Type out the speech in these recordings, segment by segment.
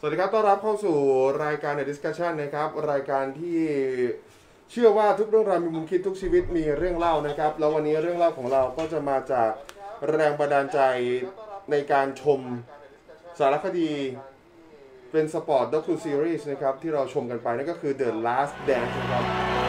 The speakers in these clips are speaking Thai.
สวัสดีครับต้อนรับเข้าสู่รายการ The Discussion นะครับรายการที่เชื่อว่าทุกเรื่องราวมีมุมคิดทุกชีวิตมีเรื่องเล่านะครับแล้ววันนี้เรื่องเล่าของเราก็จะมาจากแรงบันดาลใจในการชมสารคดีเป็นสปอร์ตด็อกคิวซีรีส์นะครับที่เราชมกันไปนั่นก็คือ The Last Dance นะครับ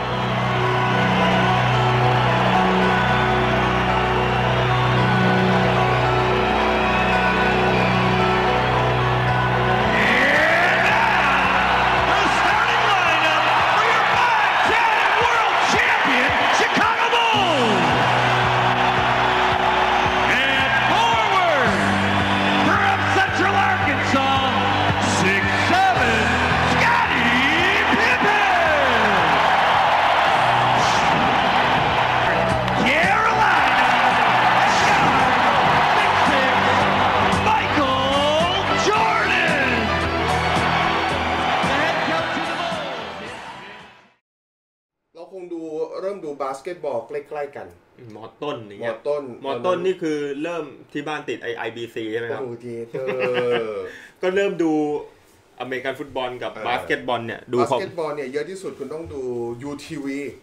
เริ่มดูบาสเกตบอลใกล้ๆกันมอต้นอย่างเงี้ยมอต้นนี่คือเริ่มที่บ้านติดIBC ใช่ไหมครับก็เริ่มดูอเมริกันฟุตบอลกับบาสเกตบอลเนี่ยดูบาสเกตบอลเนี่ยเยอะที่สุดคุณต้องดู UTV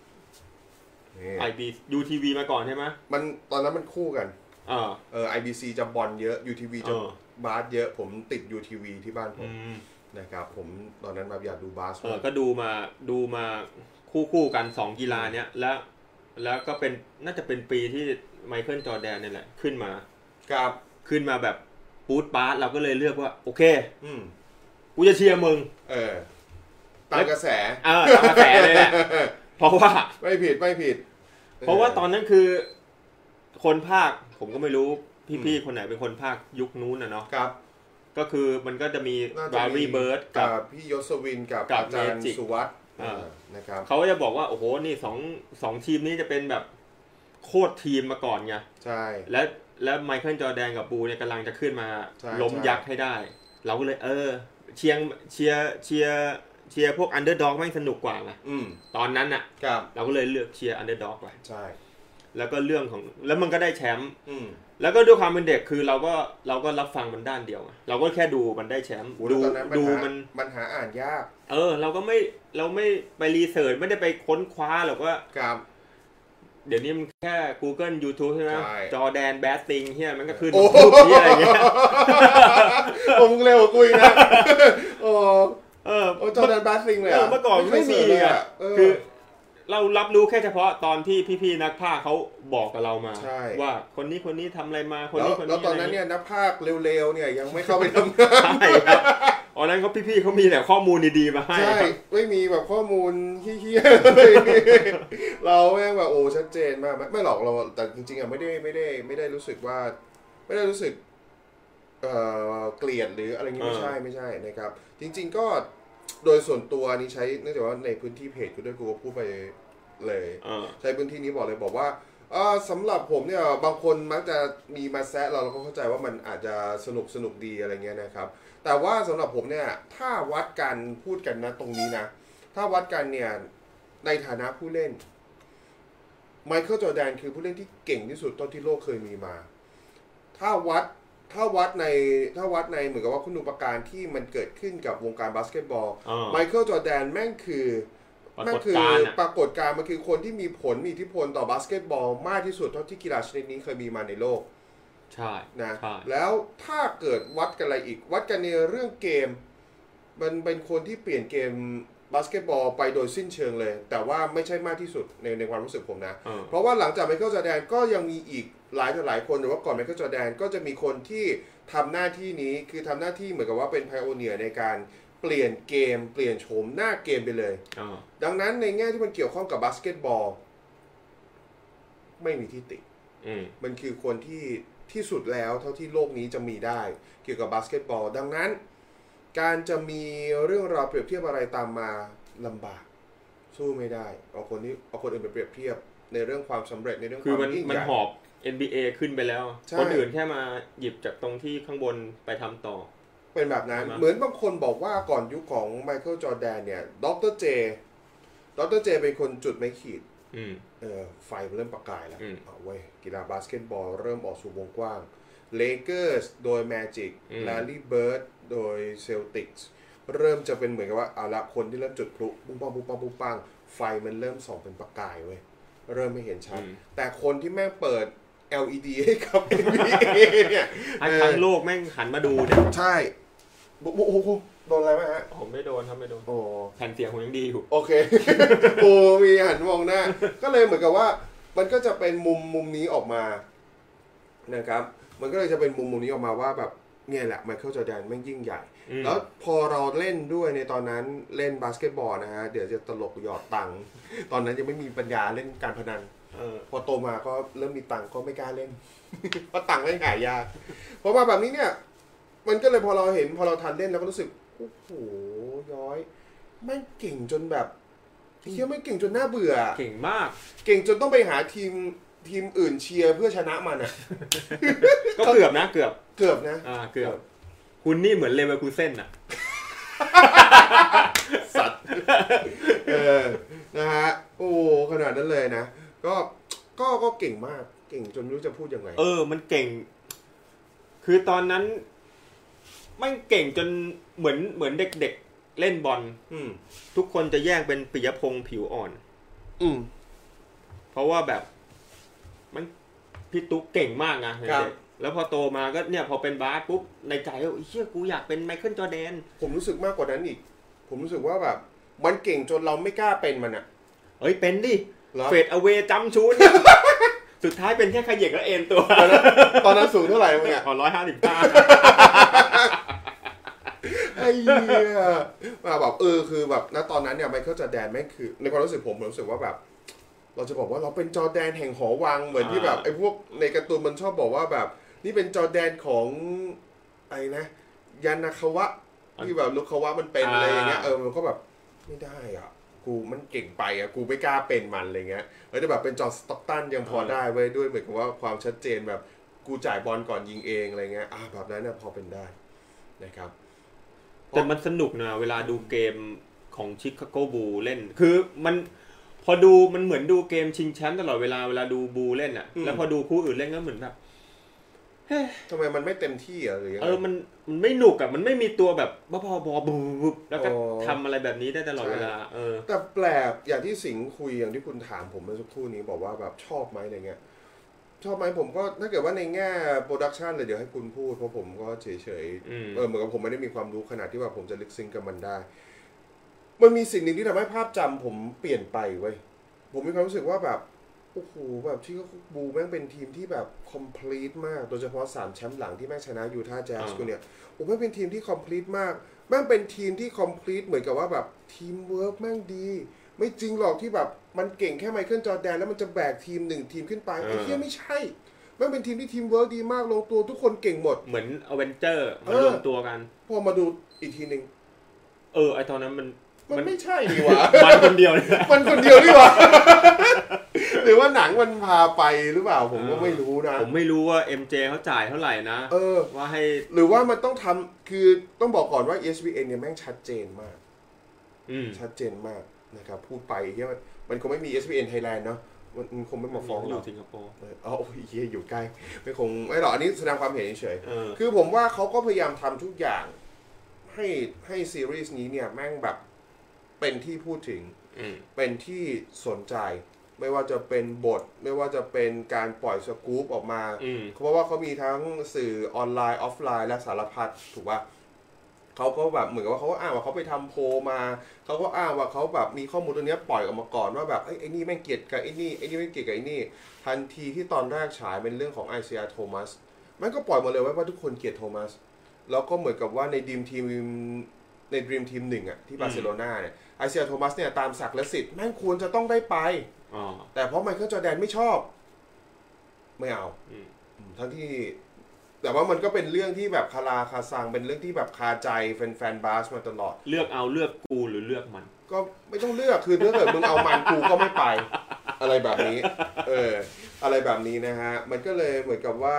UTV มาก่อนใช่ไหมมันตอนนั้นมันคู่กันIBC จะบอลเยอะ UTV จะบาสเยอะผมติด UTV ที่บ้านผมนะครับผมตอนนั้นมาอยากดูบาสก็ดูมาคู่กัน2กีฬาเนี้ยแล้วก็เป็นน่าจะเป็นปีที่ไมเคิลจอร์แดนนี่แหละขึ้นมาครับขึ้นมาแบบปู๊ดปาร์ตเราก็เลยเลือกว่าโอเคกูจะเชียร์มึงตามกระแสตามกระแสเลยแหละเพราะว่าไม่ผิดเพราะว่าตอนนั้นคือคนภาคผมก็ไม่รู้พี่ๆคนไหนเป็นคนภาคยุคนู้นนะเนาะครับก็คือมันก็จะมีบาร์รี่เบิร์ดกับพี่ยศวินกับอาจารย์สุวัฒน์นะครับเขาก็จะบอกว่าโอ้โหนี่สองทีมนี้จะเป็นแบบโคตรทีมมาก่อนไงใช่แล้วไมเคิลจอร์แดนกับบูเนี่ยกำลังจะขึ้นมาล้มยักษ์ให้ได้เราก็เลยเชียร์พวกอันเดอร์ด็อกแม่งสนุกกว่าไงตอนนั้นน่ะเราก็เลยเลือกเชียร์อันเดอร์ด็อกไปใช่แล้วก็เรื่องของแล้วมันก็ได้แชมป์แล้วก็ด้วยความเป็นเด็กคือเราก็รับฟังมันด้านเดียวเราก็แค่ดูมันได้แชมป์ดูมันหาอ่านยากเราไม่ไปรีเสิร์ชไม่ได้ไปค้นคว้าหรอกว่าเดี๋ยวนี้มันแค่ Google YouTube ใช่ไหมจอแดนแบสติงเฮียมันก็ขึ้นรูปที่อะไรเงี้ยผมเร็วกุยนะจอแดนแบสติงเลยเมื่อก่อนไม่มีอ่ะคือเรารับรู้แค่เฉพาะตอนที่พี่ๆนักพากย์เขาบอกกับเรามาว่าคนนี้ทำอะไรมาคนนี้แล้วตอนนั้นเนี่ยนักพากย์เร็วๆเนี่ยยังไม่เข้าไปทำงานใช่ครับตอนนั้นเขาพี่ๆเขามีแต่ข้อมูลดีๆมาให้ใช่ไม่มีแบบข้อมูลเฮี้ยๆเราแม่งแบบโอ้ชัดเจนมากไม่หรอกเราแต่จริงๆอ่ะไม่ได้รู้สึกว่าไม่ได้รู้สึกเกลียดหรืออะไรงี้ไม่ใช่นะครับจริงๆก็โดยส่วนตัวนี้ใช้เนื่องจากว่าในพื้นที่เพจกูด้วยกูพูดไปเลยใช้พื้นที่นี้บอกว่าสำหรับผมเนี่ยบางคนมักจะมีมาแซะเราก็เข้าใจว่ามันอาจจะสนุกดีอะไรเงี้ยนะครับแต่ว่าสำหรับผมเนี่ยถ้าวัดกันพูดกันนะตรงนี้นะถ้าวัดกันเนี่ยในฐานะผู้เล่นไมเคิลจอร์แดนคือผู้เล่นที่เก่งที่สุดเท่าที่โลกเคยมีมาถ้าวัดในเหมือนกับว่าคุณูปการที่มันเกิดขึ้นกับวงการบาสเกตบอลไมเคิลจอร์แดนแม่งคือปรากฏการณ์มันคือคนที่มีผลมีอิทธิพลต่อบาสเกตบอลมากที่สุดเท่าที่กีฬาชนิดนี้เคยมีมาในโลกใช่นะแล้วถ้าเกิดวัดกันอะไรอีกวัดกันในเรื่องเกมมันเป็นคนที่เปลี่ยนเกมบาสเกตบอลไปโดยสิ้นเชิงเลยแต่ว่าไม่ใช่มากที่สุดในความรู้สึกผมนะเพราะว่าหลังจากไมเคิลจอร์แดนก็ยังมีอีกหลายคนหรือว่าก่อนไมเคิลจอร์แดนก็จะมีคนที่ทำหน้าที่นี้คือทำหน้าที่เหมือนกับว่าเป็นไพโอเนียร์ในการเปลี่ยนเกมเปลี่ยนโฉมหน้าเกมไปเลยดังนั้นในแง่ที่มันเกี่ยวข้องกับบาสเกตบอลไม่มีที่ติมันคือคนที่สุดแล้วเท่าที่โลกนี้จะมีได้เกี่ยวกับบาสเกตบอลดังนั้นการจะมีเรื่องราวเปรียบเทียบอะไรตามมาลำบากสู้ไม่ได้เอาคนอื่นไปเปรียบเทียบในเรื่องความสำเร็จในเรื่องความยิ่งใหญ่มันหอบ NBA ขึ้นไปแล้วคนอื่นแค่มาหยิบจากตรงที่ข้างบนไปทำต่อเป็นแบบนั้นเหมือนบางคนบอกว่าก่อนยุคของไมเคิลจอร์แดนเนี่ยดร.เจเป็นคนจุดไม้ขีดไฟเริ่มประกายแล้วเว้ยกีฬาบาสเกตบอลเริ่มออกสู่วงกว้างเลเกอร์สโดยแมจิกแลรี่เบิร์ดโดยเซลติกส์เริ่มจะเป็นเหมือนกับว่าเอาละคนที่เริ่มจุดพลุปุ้งปังปุ้งปังปุ้งปังไฟมันเริ่มส่องเป็นประกายเว้ยเริ่มไม่เห็นชัดแต่คนที่แม่งเปิด LED ให้กับ NBA เนี่ยทั้งโลกแม่งหันมาดูเนี่ยใช่โอ้โหโดนอะไรไหมฮะผมไม่โดนครับไม่โดนแผ่นเสียงผมยังดีอยู่โอเคโอ้มีหันมองหน้าก็เลยเหมือนกับว่ามันก็จะเป็นมุมนี้ออกมานะครับมันก็เลยจะเป็นมุมนี้ออกมาว่าแบบเนี่ยแหละไมเคิลจอร์แดนแม่งยิ่งใหญ่แล้วพอเราเล่นด้วยในตอนนั้นเล่นบาสเกตบอลนะฮะเดี๋ยวจะตลกหยอดตังค์ตอนนั้นยังไม่มีปัญญาเล่นการพนันพอโตมาก็เริ่มมีตังค์ก็ไม่กล้าเล่นเพราะตังค์ไม่หายากเพราะว่าแบบนี้เนี่ยมันก็เลยพอเราทันเล่นแล้วก็รู้สึกโอ้โหย้อยแม่งเก่งจนแบบเฮียไม่เก่งจนน่าเบื่อเก่งมากเก่งจนต้องไปหาทีมอื่นเชียร์เพื่อชนะมันอ่ะก็เกือบนะเกือบนะเกือบคุณนี่เหมือนเลเวอร์คูเซ่นอ่ะสัตว์นะฮะโอ้ขนาดนั้นเลยนะก็เก่งมากเก่งจนไม่รู้จะพูดยังไงมันเก่งคือตอนนั้นมันเก่งจนเหมือนเด็กๆเล่นบอลทุกคนจะแยกเป็นปิยพงษ์ผิวอ่อนเพราะว่าแบบมันพี่ตุ๊กเก่งมากนะแล้วพอโตมาก็เนี่ยพอเป็นบาสปุ๊บในใจก็เชื่อกูอยากเป็นไมเคิลจอร์แดนผมรู้สึกมากกว่านั้นอีกผมรู้สึกว่าแบบมันเก่งจนเราไม่กล้าเป็นมันอ่ะเป็นดิเฟดเอาเวจัมชูนสุดท้ายเป็นแค่ขยิบแล้วเอ็นตัวตอนนั้นสูงเท่าไหร่มึงอ่ะ 155ไอ้เหี้ยมาแบบคือแบบณตอนนั้นเนี่ยไมเคิลจอร์แดนแม่งคือในความรู้สึกผมรู้สึกว่าแบบเราจะบอกว่าเราเป็นจอร์แดนแห่งหอวังเหมือนที่แบบไอ้พวกในการ์ตูนมันชอบบอกว่าแบบนี่เป็นจอร์แดนของไอ้นะยานาคาวะที่แบบลูกคาวะมันเป็นอะไรอย่างเงี้ยมันก็แบบไม่ได้อ่ะกูมันเก่งไปอ่ะกูไม่กล้าเป็นมันอะไรเงี้ยแต่แบบเป็นจอร์สต็อกตันยังพอได้เว้ยด้วยเหมือนกับว่าความชัดเจนแบบกูจ่ายบอลก่อนยิงเองอะไรเงี้ยแบบนั้นเนี่ยพอเป็นได้นะครับแต่มันสนุกนะเวลาดูเกมของชิคาโกบูลเล่นคือมันพอดูมันเหมือนดูเกมชิงแชมป์ตลอดเวลาดูบูเล่นอ่ะแล้วพอดูคู่อื่นเล่นก็เหมือนแบบทำไมมันไม่เต็มที่อ่ะหรือยังไงมันไม่หนุกอ่ะมันไม่มีตัวแบบพอบูแล้วก็ทำอะไรแบบนี้ได้ตลอดเวลาแต่แปลกอย่างที่สิงห์คุยอย่างที่คุณถามผมเมื่อสักครู่นี้บอกว่าแบบชอบไหมอะไรเงี้ยชอบไหมผมก็ถ้าเกิดว่าในแง่โปรดักชันเลยเดี๋ยวให้คุณพูดเพราะผมก็เฉยๆเหมือนกับผมไม่ได้มีความรู้ขนาดที่ว่าผมจะลึกซึ้งกับมันได้มันมีสิ่งหนึ่งที่ทำให้ภาพจำผมเปลี่ยนไปเว้ยผมมีความรู้สึกว่าแบบโอ้โหแบบที่บูแม่งเป็นทีมที่แบบ complete มากโดยเฉพาะ3แชมป์หลังที่แม่งชนะยูทาห์แจ๊สกูเนี่ยโอ้แม่งเป็นทีมที่ complete มากแม่งเป็นทีมที่ complete เหมือนกับว่าแบบทีมเวิร์กแม่งดีไม่จริงหรอกที่แบบมันเก่งแค่ไมเคิลจอร์แดนแล้วมันจะแบกทีม1ทีมขึ้นไปไอ้เหี้ยไม่ใช่แม่งเป็นทีมที่ทีมเวิร์กดีมากลงตัวทุกคนเก่งหมดเหมือนอเวนเจอร์มารวมตัวกันพอมาดูอีกทีนึงไอตอนนั้นมันไม่ใช่ดีวะมันคนเดียวมันคนเดียวดีวะหรือว่าหนังมันพาไปหรือเปล่าผมก็ไม่รู้นะผมไม่รู้ว่า MJ เขาจ่ายเท่าไหร่นะว่าให้หรือว่ามันต้องทำคือต้องบอกก่อนว่า ESPN เนี่ยแม่งชัดเจนมากชัดเจนมากนะครับพูดไปเฮียมันคงไม่มี ESPN Thailand เนาะมันคงไม่มาฟ้องเราสิงคโปร์เฮียอยู่ใกล้ไม่คงไม่หรอกอันนี้แสดงความเห็นเฉยๆคือผมว่าเขาก็พยายามทำทุกอย่างให้ซีรีส์นี้เนี่ยแม่งแบบเป็นที่พูดถึงเป็นที่สนใจไม่ว่าจะเป็นบทไม่ว่าจะเป็นการปล่อยสกู๊ปออกมาเพราะว่าเขามีทั้งสื่อออนไลน์ออฟไลน์และสารพัดถูกป่ะเขาก็แบบเหมือนกับว่าเขาอ้างว่าเขาไปทำโพลมาเขาก็อ้างว่าเขาแบบมีข้อมูลตัวนี้ปล่อยออกมาก่อนว่าแบบไอ้นี่แม่งเกลียดกับไอ้นี่ไม่เกลียดกับไอ้นี่ทันทีที่ตอนแรกฉายเป็นเรื่องของไอเซียโทมัสมันก็ปล่อยมาเลยว่าทุกคนเกลียดโทมัสแล้วก็เหมือนกับว่าในดีมทีม1อ่ะที่บาร์เซโลนาเนี่ยไอเซียโทมัสเนี่ยตามศักดิ์และสิทธิ์แม่งควรจะต้องได้ไปแต่เพราะไมเคิลจอร์แดนไม่ชอบไม่เอาทั้งที่แต่ว่ามันก็เป็นเรื่องที่แบบคาราคาซังเป็นเรื่องที่แบบคาใจแฟนบาสมาตลอดเลือกกูหรือเลือกมันก็ไม่ต้องเลือกคือถ้าเกิดมึงเอามันกูก็ไม่ไปอะไรแบบนี้อะไรแบบนี้นะฮะมันก็เลยเหมือนกับว่า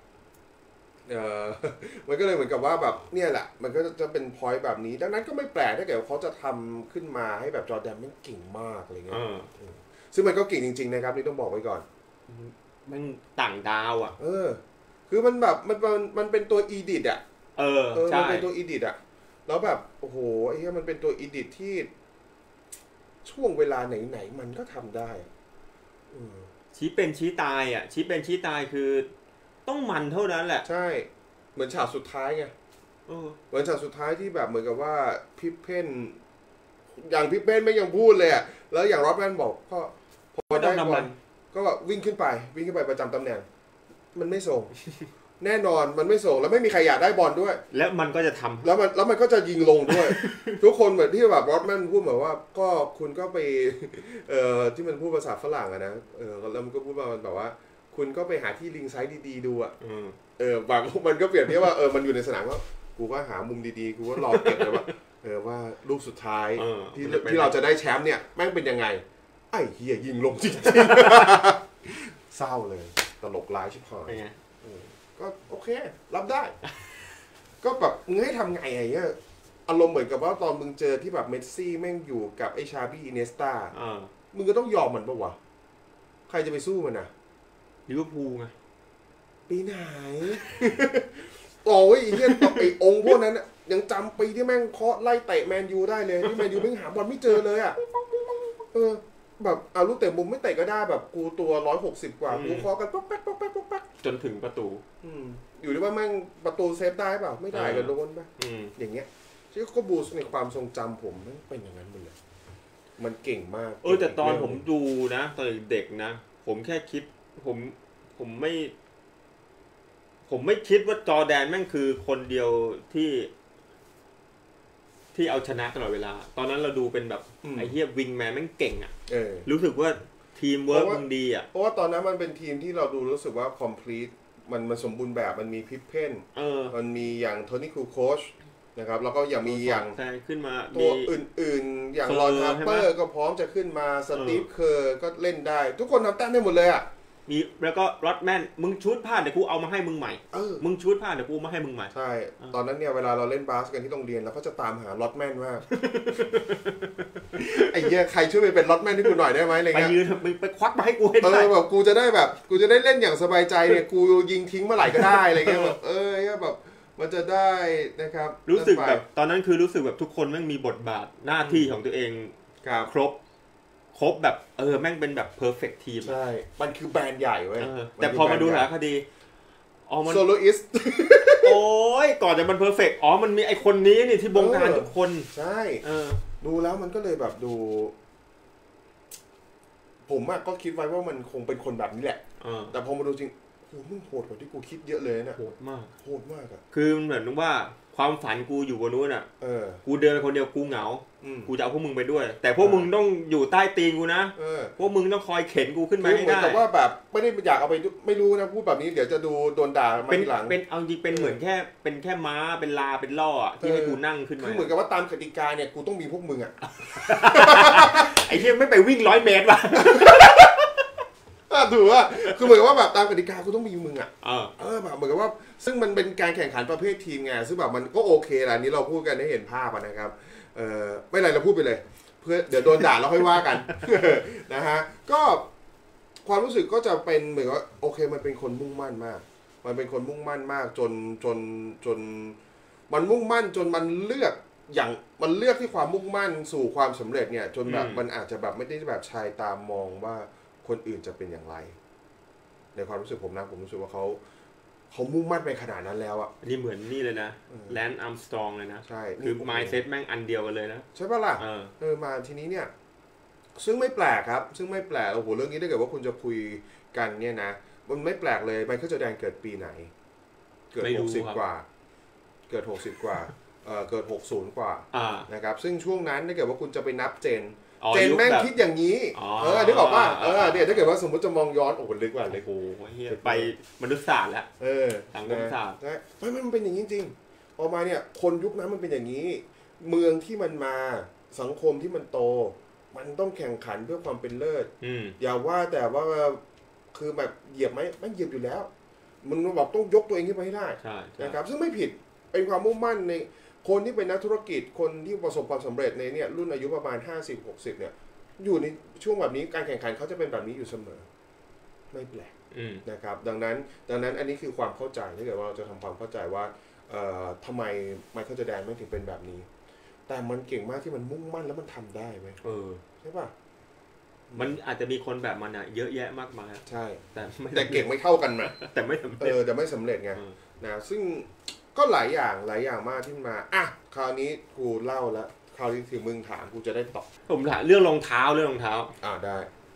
มันก็เลยเหมือนกับว่าแบบเนี่ยแหละมันก็จะเป็นพอยต์แบบนี้ดังนั้นก็ไม่แปลกถ้าเกิดเขาจะทำขึ้นมาให้แบบจอร์แดนมันเก่งมากอะไรเงี้ยซึ่งมันก็เก่งจริงๆนะครับนี่ต้องบอกไว้ก่อนมันต่างดาวอ่ะคือมันแบบมันเป็นตัวอีดิทอ่ะใช่มันเป็นตัวอีดิทอ่ะแล้วแบบโอ้โหไอ้เหี้ยมันเป็นตัวอีดิทที่ช่วงเวลาไหนๆมันก็ทำได้ชี้เป็นชี้ตายอ่ะชี้เป็นชี้ตายคือต้องมันเท่านั้นแหละใช่เหมือนฉากสุดท้ายไงเหมือนฉากสุดท้ายที่แบบเหมือนกับว่าพิพเพนอย่างพิพเพนไม่ยังพูดเลยอ่ะแล้วอย่างร็อบแมนบอกก็พอได้บอลก็วิ่งขึ้นไปประจำตำแหน่งมันไม่ส่ง แน่นอนมันไม่ส่งแล้วไม่มีใครอยากได้บอลด้วยแล้วมันก็จะทำแล้วมันก็จะยิงลงด้วย ทุกคนเหมือนที่แบบร็อบแมนพูดเหมือนว่าก็คุณก็ไปที่มันพูดภาษาฝรั่งอะนะแล้วมันก็พูดว่ามันแบบว่าคุณก็ไปหาที่ลิงไซด์ดีๆดูอะบางมันก็เปรียบเทียบว่ามันอยู่ในสนามว่ากูก็หามุมดีๆกูก็รอเก็บเลยว่าว่าลูกสุดท้ายที่เราจะได้แชมป์เนี่ยแม่งเป็นยังไงไอ้เหี้ยยิงลงจริงๆเศร้าเลยตลกร้ายชิบหายก็โอเครับได้ ก็แบบมึงให้ทำไงไอ้เงี้ยอารมณ์เหมือนกับว่าตอนมึงเจอที่แบบเมสซี่แม่งอยู่กับไอ้ชาบี้อิเนสตามึงก็ต้องยอมมันปะวะใครจะไปสู้มันอ่ะลิเวอร์พูลไงปีไหน โอ้ยไอ้องค์พวกนั้นยังจำปีที่แม่งเคาะไล่เตะแมนยูได้เลยที่แมนยูแม่งหาบอลไม่เจอเลยอ่ะแบบเอาลูกเตะมุมไม่เตะก็ได้แบบกูตัว160กว่ากูเคาะกันป๊อกแป๊กป๊อกแป๊กป๊อกแป๊กจนถึงประตูอยู่ที่ว่าแม่งประตูเซฟได้เปล่าไม่ได้กันโดนป่ะอย่างเงี้ยที่ก็บูสต์ในความทรงจำผมมันเป็นอย่างนั้นหมดเลยมันเก่งมากแต่ตอนผมดูนะตอนเด็กนะผมแค่คิดผมไม่คิดว่าจอร์แดนแม่งคือคนเดียวที่เอาชนะตลอดเวลาตอนนั้นเราดูเป็นแบบไอ้เหี้ยวิงแมนแม่งเก่งอ่ะรู้สึกว่าทีมเวิร์กมันดีอ่ะเพราะว่าตอนนั้นมันเป็นทีมที่เราดูรู้สึกว่าคอมพลีทมันสมบูรณ์แบบมันมีพิพเพนมันมีอย่างโทนี่คูโคชนะครับแล้วก็ยังมีอย่างขึ้นมาตัวอื่นๆอย่างรอนฮาร์เปอร์ก็พร้อมจะขึ้นมาสตีฟเคอร์ก็เล่นได้ทุกคนทำแต้มได้หมดเลยอ่ะมีแล้วก็รอดแมนมึงชูดพลาดเดี๋ยวกูเอามาให้มึงใหม่มึงชูดพลาดเดี๋ยวกูมาให้มึงใหม่ใช่ตอนนั้นเนี่ยเวลาเราเล่นบาสกันที่โรงเรียนเราก็จะตามหารอดแมนมากไอ้เหี้ยใครช่วยไปเป็นรอดแมนให้กูหน่อยได้ไหมอะไรเงี้ยไปยืนไปควักมาให้กูให้ได้แบบกูจะได้เล่นอย่างสบายใจเนี่ยกูยิงทิ้งเมื่อไหร่ก็ได้อะไรเงี้ยแบบแบบมันจะได้นะครับรู้สึกแบบตอนนั้นคือรู้สึกแบบทุกคนแม่งมีบทบาทหน้าที่ของตัวเองครบแบบแม่งเป็นแบบ perfect team ใช่มันคือแบรนด์ใหญ่เว้ยแต่พอมาดูสารคดีมันโซโลอิสโอ้ยก่อนจะมัน perfect มันมีไอคนนี้นี่ที่บงการทุกคนใช่ดูแล้วมันก็เลยแบบดูผมก็คิดไว้ว่ามันคงเป็นคนแบบนี้แหละแต่พอมาดูจริงโหมึงโหดกว่าที่กูคิดเยอะเลยนะโหดมากอ่ะคือเหมือนว่าความฝันกูอยู่บนนู้นอ่ะกูเดินคนเดียวกูเหงากูจะเอาพวกมึงไปด้วยแต่พวกมึงต้องอยู่ใต้ตีนกูนะพวกมึงต้องคอยเข็นกูขึ้นมาให้ได้แต่ว่าแบบไม่ได้อยากเอาไปไม่รู้นะพูดแบบนี้เดี๋ยวจะดูโดนด่ามาทีหลังเป็นเอาจริงเป็นเหมือนแค่ม้าเป็นลาเป็นล่อที่ให้กูนั่งขึ้นมาคือเหมือนกับว่าตามกติกาเนี่ยกูต้องมีพวกมึงอ่ะไอ้เหี้ยไม่ไปวิ่ง100 เมตรว่ะถือว่าคือเหมือนกับว่าแบบตามกติกากูต้องมีมึงอ่ะแบบเหมือนกับว่าซึ่งมันเป็นการแข่งขันประเภททีมไงซึ่งแบบมันก็โอเคแหละนี้เราพูดกันให้เห็นภาพนะครับไม่ไรเราพูดไปเลยเพื่อเดี๋ยวโดนด่าเราค่อยว่ากันนะฮะก็ความรู้สึกก็จะเป็นเหมือนว่าโอเคมันเป็นคนมุ่งมั่นมากมันเป็นคนมุ่งมั่นมากจนมันมุ่งมั่นจนมันเลือกที่ความมุ่งมั่นสู่ความสำเร็จเนี่ยจนแบบมันอาจจะแบบไม่ได้แบบชายตามมองว่าคนอื่นจะเป็นอย่างไรในความรู้สึกผมนะผมรู้สึกว่าเขามุ่งมั่นไปขนาดนั้นแล้วอ่ะนี่เหมือนนี่เลยนะแลนด์อาร์มสตรองเลยนะใช่คือ mindset แม่งอันเดียวกันเลยนะใช่ป่ะล่ะมาทีนี้เนี่ยซึ่งไม่แปลกครับซึ่งไม่แปลกโอ้โหเรื่องนี้ถ้าเกิดว่าคุณจะคุยกันเนี่ยนะมันไม่แปลกเลยไมเคิล จอร์แดนเกิดปีไหนเกิด60 กว่าเกิด60 กว่าเกิด60 กว่านะครับซึ่งช่วงนั้นถ้าเกิดว่าคุณจะไปนับเจนแม่งคิดอย่างนี้นึกออกป่ะเนี่ยถ้าเกิดว่าสมมติจะมองย้อนโอ้โหลึกกว่าเลยโอ้โหไปมนุษยศาสตร์แล้วสังคมศาสตร์มันเป็นอย่างนี้จริงออกมาเนี่ยคนยุคนั้นมันเป็นอย่างนี้เมืองที่มันมาสังคมที่มันโตมันต้องแข่งขันเพื่อความเป็นเลิศอย่าว่าแต่ว่าคือแบบเหยียบไหมไม่เหยียบอยู่แล้วมึงบอกต้องยกตัวเองขึ้นไปให้ได้นะครับซึ่งไม่ผิดเป็นความมุ่งมั่นในคนที่เป็นนักธุรกิจคนที่ประสบความสำเร็จในเนี่ยรุ่นอายุประมาณ50-60เนี่ยอยู่ในช่วงแบบนี้การแข่งขันเขาจะเป็นแบบนี้อยู่เสมอไม่แปลกนะครับดังนั้นอันนี้คือความเข้าใจถ้าเกิดว่าเราจะทำความเข้าใจว่าทำไมไมเคิลจอร์แดนไม่ถึงเป็นแบบนี้แต่มันเก่งมากที่มันมุ่งมั่นแล้วมันทำได้ไหมใช่ป่ะมันอาจจะมีคนแบบมันเยอะแยะมากมายใช่แต่เก่งไม่เท่ากันนะแต่ไม่สำเร็จแต่ไม่สำเร็จไงนะซึ่งก็หลายอย่างมากที่มาอ่ะคราวนี้กูเล่าแล้วคราวนี้ถึงมึงถามกูจะได้ตอบผมถามเรื่องรองเท้าได้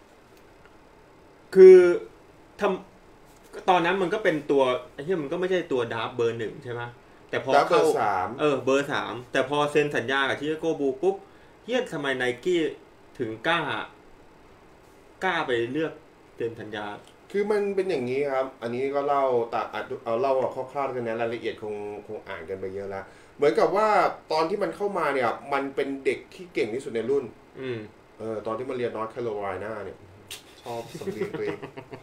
คือทำตอนนั้นมันก็เป็นตัวไอ้ที่มันก็ไม่ใช่ตัวดาร์ฟเบอร์1ใช่ไหมแต่พอเข้าเบอร์3แต่พอเซ็นสัญญากับชิคาโกบูลส์ปุ๊บเฮียทำไมไนกี้ถึงกล้าไปเลือกเซ็นสัญญาคือมันเป็นอย่างนี้ครับอันนี้ก็เล่าแต่เอาเล่าคร่าวๆกันนะรายละเอียดคงอ่านกันไปเยอะแล้วเหมือนกับว่าตอนที่มันเข้ามาเนี่ยมันเป็นเด็กที่เก่งที่สุดในรุ่นตอนที่มันเรียนนอร์ทแคโรไลนาเนี่ยชอบสำเนียงตัวเอง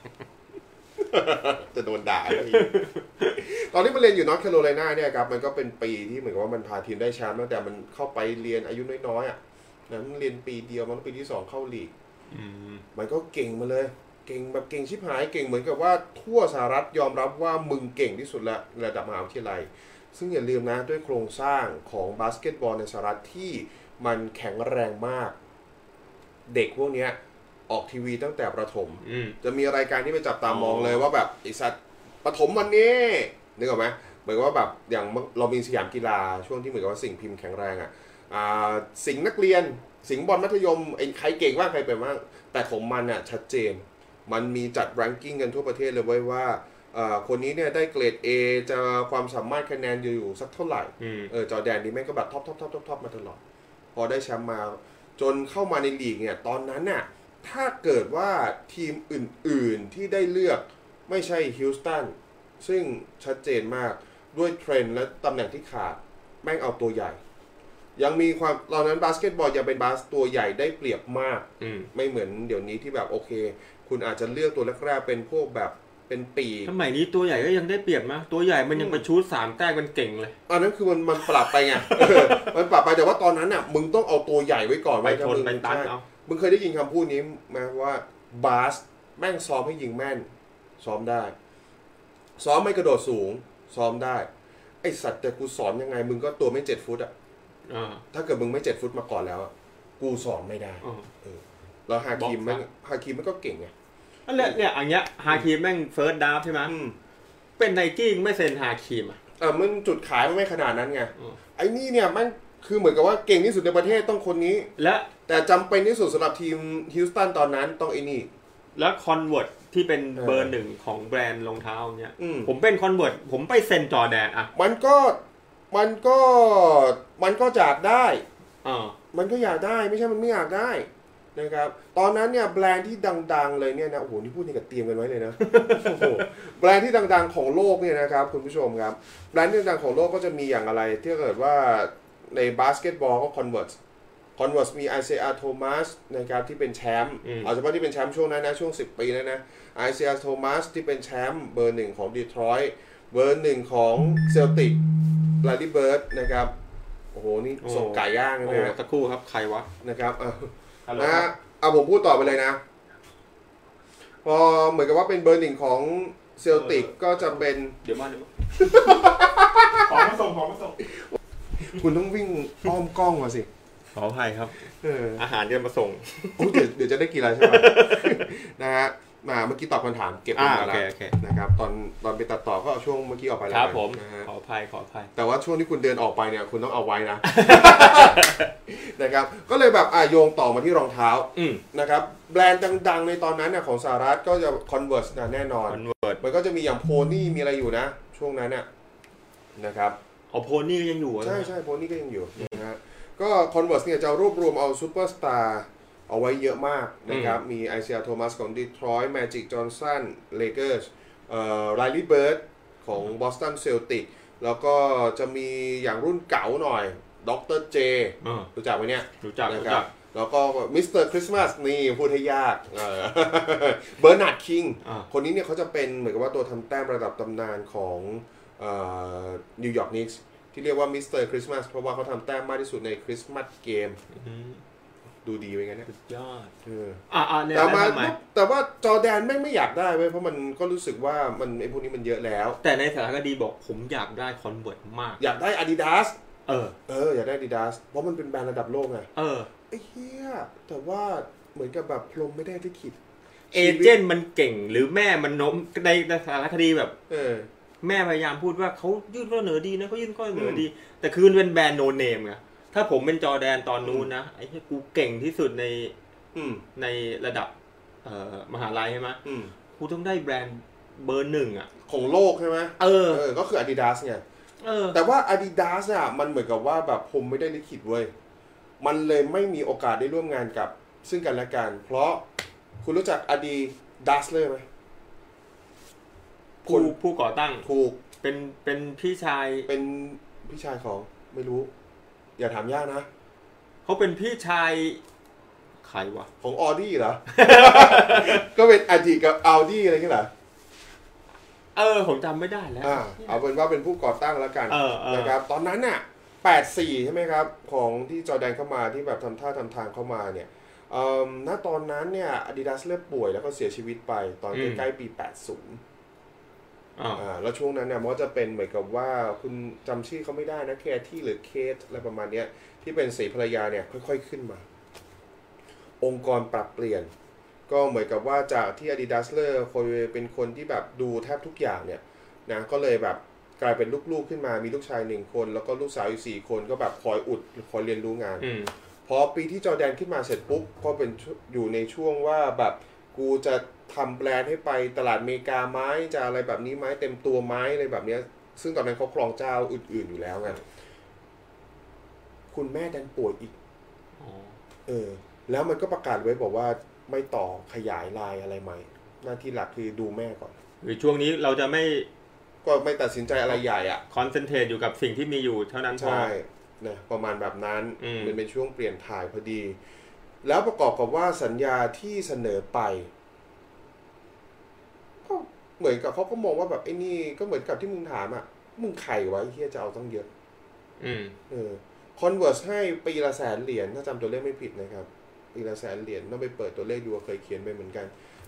จะโดนด่าตอนที่มันเรียนอยู่นอร์ทแคโรไลนาเนี่ยครับมันก็เป็นปีที่เหมือนกับว่ามันพาทีมได้แชมป์ตั้งแต่มันเข้าไปเรียนอายุน้อยๆนะมันเรียนปีเดียวมันปีที่2เข้าลีกมันก็เก่งมาเลยเก่งแบบเก่งชิบหายเก่งเหมือนกับว่าทั่วสหรัฐยอมรับว่ามึงเก่งที่สุดละระดับมหาวิทยาลัยซึ่งอย่าลืมนะด้วยโครงสร้างของบาสเกตบอลในสหรัฐที่มันแข็งแรงมากเด็กพวกนี้ออกทีวีตั้งแต่ประถมจะมีรายการที่ไปจับตามองเลยว่าแบบไอ้สัตว์ประถมวันนี้นึกออกไหมเหมือนว่าแบบอย่างเรามีสยามกีฬาช่วงที่เหมือนกับว่าสิ่งพิมพ์แข็งแรงสิ่งนักเรียนสิ่งบอลมัธยมไอ้ใครเก่งบ้างใครเป็นบ้างแต่ของมันชัดเจนมันมีจัดแรงกิ้งกันทั่วประเทศเลยไว้ว่าคนนี้เนี่ยได้เกรด A จะความสามารถคะแนนอยู่สักเท่าไหร่จอร์แดนนี่แม่งก็แบบท็อปมาตลอดพอได้แชมป์มาจนเข้ามาในลีกเนี่ยตอนนั้นน่ะถ้าเกิดว่าทีมอื่นๆที่ได้เลือกไม่ใช่ฮิลสตันซึ่งชัดเจนมากด้วยเทรนด์และตำแหน่งที่ขาดแม่งเอาตัวใหญ่ยังมีความตอนนั้นบาสเกตบอลยังเป็นบาสตัวใหญ่ได้เปรียบมากไม่เหมือนเดี๋ยวนี้ที่แบบโอเคคุณอาจจะเลือกตัวแรกๆเป็นพวกแบบเป็นปีสมัยนี้ตัวใหญ่ก็ยังได้เปรียบนะตัวใหญ่มันยังไปชูด3แต้มมันเก่งเลยอันนั้นคือมันปรับไปไงมันปรับไปแต่ว่าตอนนั้นน่ะมึงต้องเอาตัวใหญ่ไว้ก่อนไปทนไปตันเอามึงเคยได้ยินคำพูดนี้ไหมว่าบาสแม่งซ้อมให้ยิงแม่นซ้อมได้ซ้อมไม่กระโดดสูงซ้อมได้ไอสัตว์แต่กูสอนยังไงมึงก็ตัวไม่7 ฟุตถ้าเกิดมึงไม่7 ฟุตมาก่อนแล้วกูสอนไม่ได้แล้วฮาคิมมันก็เก่งไงนั่นแหละเนี่ยอย่างเงี้ยฮาคิมแม่งเฟิร์สดราฟใช่ไหมเป็นไนกี้ไม่เซ็นฮาคิมมันจุดขายมันไม่ขนาดนั้นไงไอ้นี่เนี่ยมันคือเหมือนกับว่าเก่งที่สุดในประเทศต้องคนนี้แต่จำเป็นที่สุดสำหรับทีมฮิลสตันตอนนั้นต้องไอ้นี่แล้วคอนเวิร์ตที่เป็นเบอร์1ของแบรนด์รองเท้าเนี่ยผมเป็นคอนเวิร์ตผมไปเซ็นจอร์แดนมันก็อยากได้มันก็อยากได้ไม่ใช่มันไม่อยากได้นะครับตอนนั้นเนี่ยแบรนด์ที่ดังๆเลยเนี่ยนะโอ้โหนี่พูดนี่กับเตรียมกันไว้เลยนะโอ้โหแบรนด์ที่ดังๆของโลกเนี่ยนะครับคุณผู้ชมครับแบรนด์ที่ดังๆของโลกก็จะมีอย่างอะไรที่เกิดว่าในบาสเกตบอลก็Converse มี Isaiah Thomas นะครับที่เป็นแชมป์เอาเฉพาะที่เป็นแชมป์ช่วงนั้นนะช่วง10 ปีนะ Isaiah Thomas ที่เป็นแชมป์เบอร์1ของดีทรอยต์เบอร์1ของเซลติกLarry Bird นะครับโอ้โหนี่ส่งไก่ย่างเลยนะสักครู่ครับใครวะนะครับนะฮะผมพูดต่อไปเลยนะพอเหมือนกับว่าเป็นเบอร์1ของเซลติกก็จะเป็นเดี๋ยวมาของมาส่งคุณต้องวิ่งอ้อมกล้องมาสิขออภัยครับอาหารจะมาส่งเดี๋ยวจะได้กินอะไรใช่ไหมนะฮะเมื่อกี้ตอบคำถามเก็บมาแล้วนะครับตอนไปตัดต่อก็เอาช่วงเมื่อกี้ออกไปแล้วครับผมขออภัยแต่ว่าช่วงที่คุณเดินออกไปเนี่ยคุณต้องเอาไว้นะนะครับก็เลยแบบโยงต่อมาที่รองเท้านะครับแบรนด์ดังๆในตอนนั้นเนี่ยของสหรัฐก็จะ Converse แน่นอนมันก็จะมีอย่างโพนี่มีอะไรอยู่นะช่วงนั้นเนี่ยนะครับโพนี่ยังอยู่ใช่โพนี่ก็ยังอยู่นะฮะก็ Converse เนี่ยจะรวบรวมเอาซูเปอร์สตาร์เอาไว้เยอะมากนะครับมี Isaiah Thomas ของ Detroit Magic Johnson Lakers Riley Bird ของ Boston Celtics แล้วก็จะมีอย่างรุ่นเก๋าหน่อยดร. J รู้จักไหมเนี่ยรู้จักนะครับแล้วก็มิสเตอร์คริสต์มาสนี่พูดให้ยากเบอร์นาร์ดคิงคนนี้เนี่ยเขาจะเป็นเหมือนกับว่าตัวทำแต้มระดับตำนานของนิวยอร์กนิกส์ที่เรียกว่ามิสเตอร์คริสต์มาสเพราะว่าเขาทำแต้มมากที่สุดในคริสต์มาสเกมดูดีไปงั้นเนี่ยสุดยอดเนี่ยแต่ว่าจอร์แดนไม่อยากได้เว้ยเพราะมันก็รู้สึกว่ามันไอ้พวกนี้มันเยอะแล้วแต่ในสารคดีบอกผมอยากได้คอนเวิร์ตมากอยากได้ Adidas อยากได้ Adidas เพราะมันเป็นแบรนด์ระดับโลกไงไอ้เหี้ยแต่ว่าเหมือนกับแบบพรหมไม่ได้ลิขิตเอเจนต์มันเก่งหรือแม่มันโน้มในสารคดีแบบแม่พยายามพูดว่าเขายื่นข้อเสนอดีนะเขายื่นข้อเสนอดีแต่คือมันเป็นแบรนด์โนเนมไงถ้าผมเป็นจอแดนตอนนู้นนะไอ้ที่กูเก่งที่สุดในระดับมหาลัยใช่ไหมกูต้องได้แบรนด์เบอร์ 1อ่ะของโลกใช่ไหมก็คือ Adidas ไงแต่ว่า Adidas อ่ะมันเหมือนกับว่าแบบผมไม่ได้ลิขิตเว้ยมันเลยไม่มีโอกาสได้ร่วมงานกับซึ่งกันและกันเพราะคุณรู้จัก Adidas เลยไหมผู้ก่อตั้งถูกเป็นพี่ชายเป็นพี่ชายของไม่รู้อย่าถามยากนะเขาเป็นพี่ชายใครวะของออดี้เหรอ ก็เป็นอาจิกับอัลดี้อะไรกันเหรอผมจำไม่ได้แล้วเอาเป็นว่าเป็นผู้ก่อตั้งแล้วกันนะครับตอนนั้นน่ะ84ใช่ไหมครับของที่จอร์แดนเข้ามาที่แบบทำท่าทำทางเข้ามาเนี่ยณตอนนั้นเนี่ย Adidas เริ่มป่วยแล้วก็เสียชีวิตไปตอนใกล้ๆปี80แล้วช่วงนั้นเนี่ยมันก็จะเป็นเหมือนกับว่าคุณจำชื่อเขาไม่ได้นะแคที่หรือเคทอะไรประมาณนี้ที่เป็นสีภรรยาเนี่ยค่อยๆขึ้นมาองค์กรปรับเปลี่ยนก็เหมือนกับว่าจากที่ Adidas คนเป็นคนที่แบบดูแทบทุกอย่างเนี่ยนะก็เลยแบบกลายเป็นลูกๆขึ้นมามีลูกชาย1คนแล้วก็ลูกสาวอยู่4คนก็แบบคอยอุดคอยเรียนรู้งานพอปีที่จอร์แดนขึ้นมาเสร็จปุ๊บก็เป็นอยู่ในช่วงว่าแบบกูจะทำแบรนด์ให้ไปตลาดอเมริกาไหมจะอะไรแบบนี้ไหมเต็มตัวไหมอะไรแบบนี้ซึ่งตอนนั้นเขาครองเจ้าอื่นๆอยู่แล้วไงคุณแม่ดันป่วยอีกแล้วมันก็ประกาศไว้บอกว่าไม่ต่อขยายลายอะไรใหม่หน้าที่หลักคือดูแม่ก่อนหรือช่วงนี้เราจะไม่ตัดสินใจอะไรใหญ่อ่ะคอนเซนเทรตอยู่กับสิ่งที่มีอยู่เท่านั้นใช่นะประมาณแบบนั้นมันเป็นช่วงเปลี่ยนถ่ายพอดีแล้วประกอบกับว่าสัญญาที่เสนอไปก็เหมือนกับเขาก็มองว่าแบบไอ้นี่ก็เหมือนกับที่มึงถามอ่ะมึงใครวะไอ้เหี้ยจะเอาต้องเยอะConverse ให้ปีละ$100,000ถ้าจำตัวเลขไม่ผิดนะครับปีละ$100,000ต้องไปเปิดตัวเลขดูเคยเขียนไปเหมือนกัน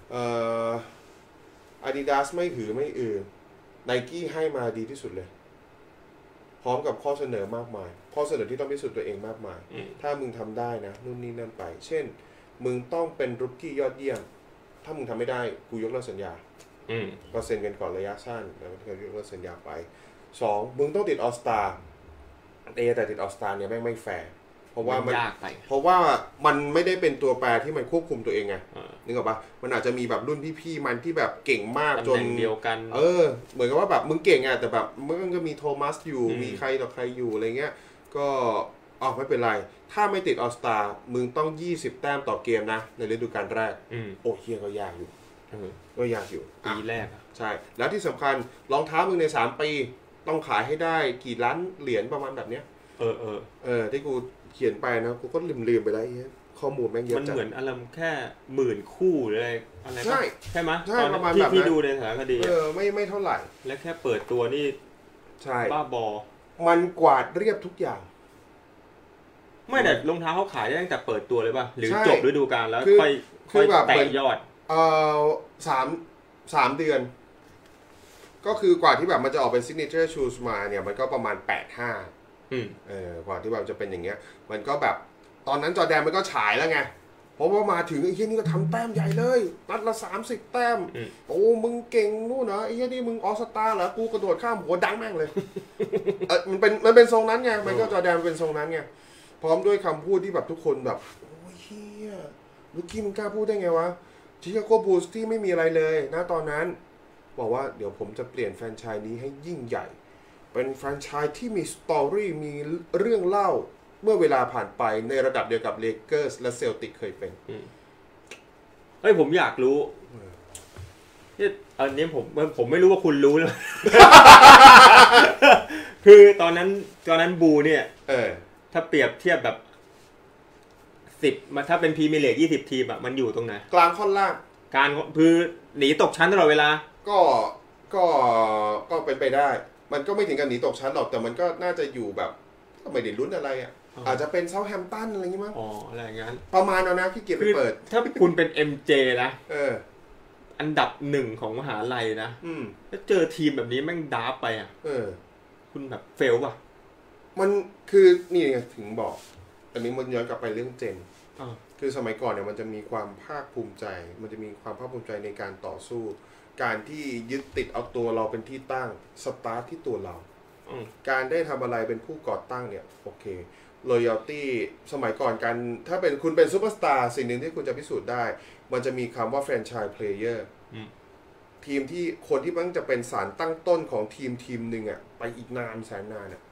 Adidas ไม่หือไม่Nike ให้มาดีที่สุดเลยพร้อมกับข้อเสนอมากมายข้อเสนอที่ต้องพิสูจน์ตัวเองมากมายถ้ามึงทำได้นะนู่นนี่นั่นไปเช่นมึงต้องเป็นรุกกี้ยอดเยี่ยมถ้ามึงทำไม่ได้กูยกเลิกสัญญาก็เซ็นกันก่อนระยะสั้นแล้วก็ยกเลิกสัญญาไป2มึงต้องติดออลสตาร์แต่ติดออลสตาร์เนี่ยไม่แฟร์เพราะว่ามันไม่ได้เป็นตัวแปรที่มันควบคุมตัวเองไงนึกออกปะมันอาจจะมีแบบรุ่นพี่ๆมันที่แบบเก่งมากจนเดียวกันเหมือนกับว่าแบบมึงเก่งอ่ะแต่แบบมันก็มีโทมัสอยู่มีใครต่อใครอยู่อะไรเงี้ยก็ไม่เป็นไรถ้าไม่ติดออลสตาร์มึงต้อง20แต้มต่อเกมนะในฤดูกาลแรกโอ้เฮียก็ยากอยู่ปีแรกใช่แล้วที่สำคัญรองเท้ามึงใน3ปีต้องขายให้ได้กี่ล้านเหรียญประมาณแบบเนี้ยที่กูเขียนไปนะกูก็ลืมไปแล้วข้อมูลแม่งเยอะจังมันเหมือนอารมณ์แค่10,000 คู่หรืออะไรใช่ไหมใช่ประมาณแบบที่ดูในสารคดีไม่เท่าไหร่และแค่เปิดตัวนี่ใช่บ้าบอมันกวาดเรียบทุกอย่างไม่แต่รองเท้าเขาขายได้ตั้งแต่เปิดตัวเลยป่ะหรือจบฤดูกาลแล้วค่อยแตกยอด 3 เดือนก็คือกว่าที่แบบมันจะออกเป็น signature shoes มาเนี่ยมันก็ประมาณ8-5กว่าที่แบบจะเป็นอย่างเงี้ยมันก็แบบตอนนั้นจอร์แดนมันก็ฉายแล้วไงเพราะว่ามาถึงไอ้เหี้ยนี่ก็ทำแต้มใหญ่เลยนัดละ30แต้มโอ้มึงเก่งนู่นนะไอ้เหี้ยนี่มึงออลสตาร์เหรอกูกระโดดข้ามหัวดังแม่งเลยมันเป็นทรงนั้นไงมันก็จอร์แดนเป็นทรงนั้นไงพร้อมด้วยคำพูดที่แบบทุกคนแบบโอ้ยเหี้ยลูกกี้มึงกล้าพูดได้ไงวะชิคาโกบูลส์ที่ไม่มีอะไรเลยนะตอนนั้นบอกว่าเดี๋ยวผมจะเปลี่ยนแฟรนไชส์นี้ให้ยิ่งใหญ่เป็นแฟรนไชส์ที่มีสตอรี่มีเรื่องเล่าเมื่อเวลาผ่านไปในระดับเดียวกับเลเกอร์สและเซลติกเคยเป็นผมอยากรู้อันนี้ผมไม่รู้ว่าคุณรู้เลย คือตอนนั้นบูเนี่ยถ้าเปรียบเทียบแบบ10มาถ้าเป็นพรีเมียร์ลีก20 ทีมอ่ะมันอยู่ตรงไหนกลางค่อนล่างการคือหนีตกชั้นตลอดเวลาก็เป็นไปได้มันก็ไม่ถึงกับหนีตกชั้นหรอกแต่มันก็น่าจะอยู่แบบก็ไม่ได้ลุ้นอะไรอ่ะอาจจะเป็นเซาท์แฮมป์ตันอะไรอย่างงี้มั้งอะไรอย่างงั้นประมาณนั้นนะที่เกียรไปเปิดถ้าคุณเป็น MJ นะอันดับ1ของมหาลัยนะแล้วเจอทีมแบบนี้แม่งดาร์ฟไปอ่ะคุณแบบเฟลป่ะมันคือนี่ไงถึงบอกอันนี้มันย้อนกลับไปเรื่องเจนคือสมัยก่อนเนี่ยมันจะมีความภาคภูมิใจมันจะมีความภาคภูมิใจในการต่อสู้การที่ยึดติดเอาตัวเราเป็นที่ตั้งสตาร์ทที่ตัวเราการได้ทำอะไรเป็นผู้ก่อตั้งเนี่ยโอเคloyalty สมัยก่อนการถ้าเป็นคุณเป็นซูเปอร์สตาร์สิ่งหนึ่งที่คุณจะพิสูจน์ได้มันจะมีคำว่า franchise player ทีมที่คนที่มันจะเป็นสารตั้งต้นของทีมหนึ่งอ่ะไปอีกนานแสนนานอ่ะ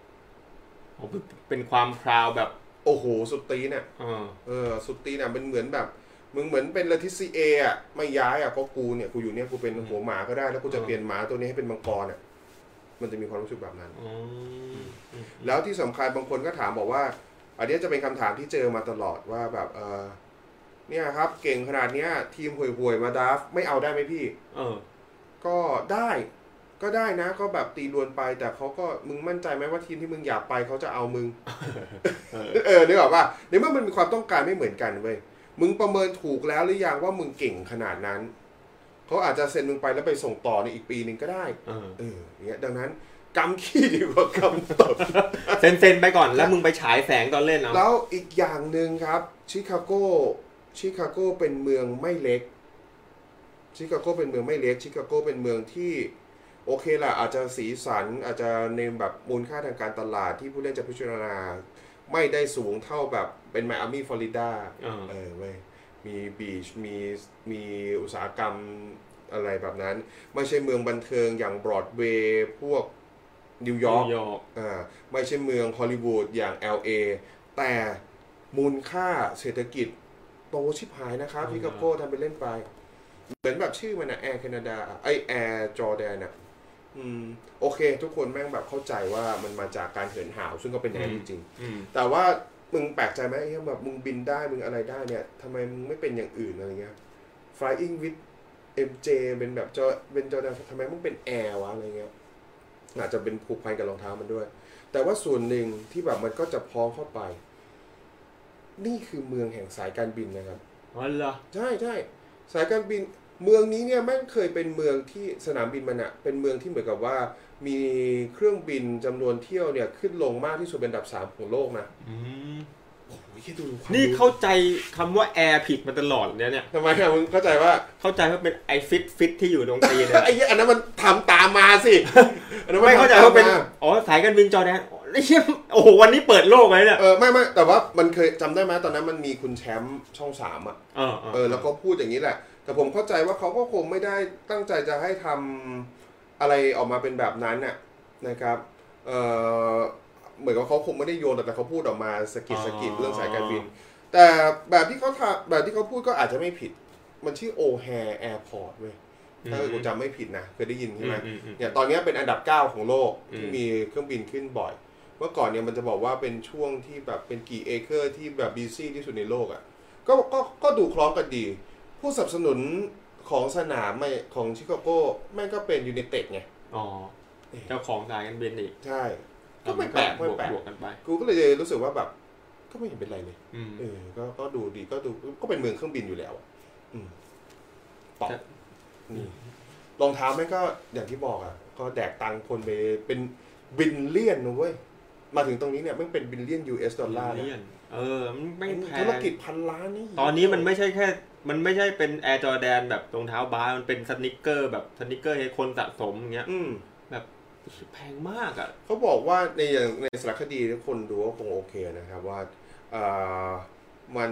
เป็นความพราวแบบโอ้โหสุดตีเนี่ยสุดตีเนี่ยเป็นเหมือนแบบมึงเหมือนเป็นเลทิซีเออ่ะไม่ย้ายอ่ะก็กูเนี่ยกูอยู่เนี่ยกูเป็นหัวหมาก็ได้แล้วกูจะเปลี่ยนหมาตัวนี้ให้เป็นมังกรอ่ะมันจะมีความรู้สึกแบบนั้นแล้วที่สำคัญบางคนก็ถามบอกว่าอันนี้จะเป็นคำถามที่เจอมาตลอดว่าแบบเนี่ยครับเก่งขนาดเนี้ยทีมห่วยๆมาดราฟไม่เอาได้ไหมพี่ก็ได้นะก็แบบตีดวลไปแต่เขาก็มึงมั่นใจไหมว่าทีมที่มึงอยากไปเขาจะเอามึงนึกออกป่ะในเมื่อมันมีความต้องการไม่เหมือนกันเว้ยมึงประเมินถูกแล้วหรือยังว่ามึงเก่งขนาดนั้นเขาอาจจะเซ็นมึงไปแล้วไปส่งต่อในอีกปีนึงก็ได้อย่างเงี้ยดังนั้นกำขี้ดีกว่ากำตดเซ็นไปก่อนแล้วมึงไปฉายแสงตอนเล่นเอาแล้วอีกอย่างนึงครับชิคาโกเป็นเมืองไม่เล็กชิคาโกเป็นเมืองไม่เล็กชิคาโกเป็นเมืองที่โอเคล่ะอาจจะสีสันอาจจะในแบบมูลค่าทางการตลาดที่ผู้เล่นจะพิจารณาไม่ได้สูงเท่าแบบเป็นไมอามี่ฟลอริดาเว้ยมีบีชมีอุตสาหกรรมอะไรแบบนั้นไม่ใช่เมืองบันเทิงอย่างบรอดเวย์พวกนิวยอร์กไม่ใช่เมืองฮอลลีวูดอย่าง LA แต่มูลค่าเศรษฐกิจโตชิบหายนะครับชิคาโกทำไปเล่นไปเหมือนแบบชื่อมันนะแอร์แคนาดาแอร์จอร์แดนนะโอเคทุกคนแม่งแบบเข้าใจว่ามันมาจากการเหินห่าวซึ่งก็เป็นอย่างนั้นจริงๆแต่ว่ามึงแปลกใจไหมแบบมึงบินได้มึงอะไรได้เนี่ยทำไมมึงไม่เป็นอย่างอื่นอะไรเงี้ย Flying with MJ เป็นแบบเป็นจอร์แดนทำไมมึงเป็นแอร์วะอะไรเงี้ยอาจจะเป็นผูกพันกับรองเท้ามันด้วยแต่ว่าส่วนหนึ่งที่แบบมันก็จะพ้องเข้าไปนี่คือเมืองแห่งสายการบินนะครับอ๋อเหรอใช่สายการบินเมืองนี้เนี่ยแม่งเคยเป็นเมืองที่สนามบินมันอะเป็นเมืองที่เหมือนกับว่ามีเครื่องบินจำนวนเที่ยวเนี่ยขึ้นลงมากที่สุดเป็นอันดับ3ของโลกนะโอ้โหนี่เข้าใจคำว่าแอร์ผิดมาตลอดเนี่ยทำไมอะมึงเข้าใจว่าเป็นไอฟิตที่อยู่ตรงตีนไอ้อันนั้นมันทำตามมาสิอันนั้นไม่เข้าใจว่าเป็นสายการบินจอร์แดนโอ้โหวันนี้เปิดโลกเลยเนี่ยไม่แต่ว่ามันเคยจำได้ไหมตอนนั้นมันมีคุณแชมป์ช่อง3อ่ะแล้วก็พูดอย่างนี้แหละแต่ผมเข้าใจว่าเขาก็คงไม่ได้ตั้งใจจะให้ทำอะไรออกมาเป็นแบบนั้นน่ะนะครับเหมือนกับเขาคงไม่ได้โยนแต่เขาพูดออกมาสกิดเรื่องสายการบินแต่แบบที่เขาพูดก็อาจจะไม่ผิดมันชื่อโอแฮร์แอร์พอร์ตเว้ยถ้าผมจำไม่ผิดนะเคยได้ยินใช่ไหมเนี่ยตอนนี้เป็นอันดับ9ของโลกที่มีเครื่องบินขึ้นบ่อยเมื่อก่อนเนี่ยมันจะบอกว่าเป็นช่วงที่แบบเป็นกี่เอเคอร์ที่แบบบีซี่ที่สุดในโลกอ่ะก็ดูคล้องกันดีผู้สนับสนุนของสนามของชิคาโกแม่งก็เป็นยูไนเต็ดไงเจ้าของสายการบินอีกใช่ก็ไม่แปลกบวกกันไปกูก็เลยรู้สึกว่าแบบก็ไม่เห็นเป็นไรเลยก็ดูดีก็เป็นเมืองเครื่องบินอยู่แล้วต่อนี่รองเท้าแม่งก็อย่างที่บอกอ่ะก็แดกตังคนไปเป็นบิลเลียนนะเว้ยมาถึงตรงนี้เนี่ยมันเป็นบิลเลียน US ดอลลาร์มันไม่แพงธุรกิจพันล้านนี่ตอนนี้มันไม่ใช่แค่มันไม่ใช่เป็นแอร์จอร์แดนแบบรองเท้าบาสมันเป็นสนิกเกอร์แบบสนิกเกอร์ให้คนสะสมอย่างเงี้ยแบบแพงมากอ่ะเขาบอกว่าในสารคดีทุกคนดูว่าคงโอเคนะครับว่ามัน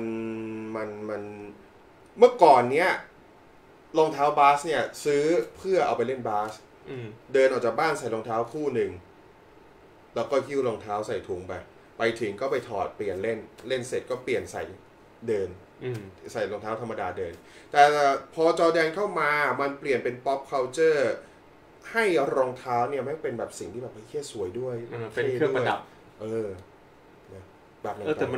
เมื่อก่อนเนี้ยรองเท้าบาสเนี่ยซื้อเพื่อเอาไปเล่นบาสเดินออกจากบ้านใส่รองเท้าคู่หนึ่งแล้วก็หิ้วรองเท้าใส่ถุงไปถึงก็ไปถอดเปลี่ยนเล่นเสร็จก็เปลี่ยนใส่เดินใส่รองเท้าธรรมดาเดินแต่พอจอร์แดนเข้ามามันเปลี่ยนเป็น pop culture ให้รองเท้าเนี่ยไม่เป็นแบบสิ่งที่แบบเท่สวยด้วยเป็นเครื่องประดับแบบนั้นแต่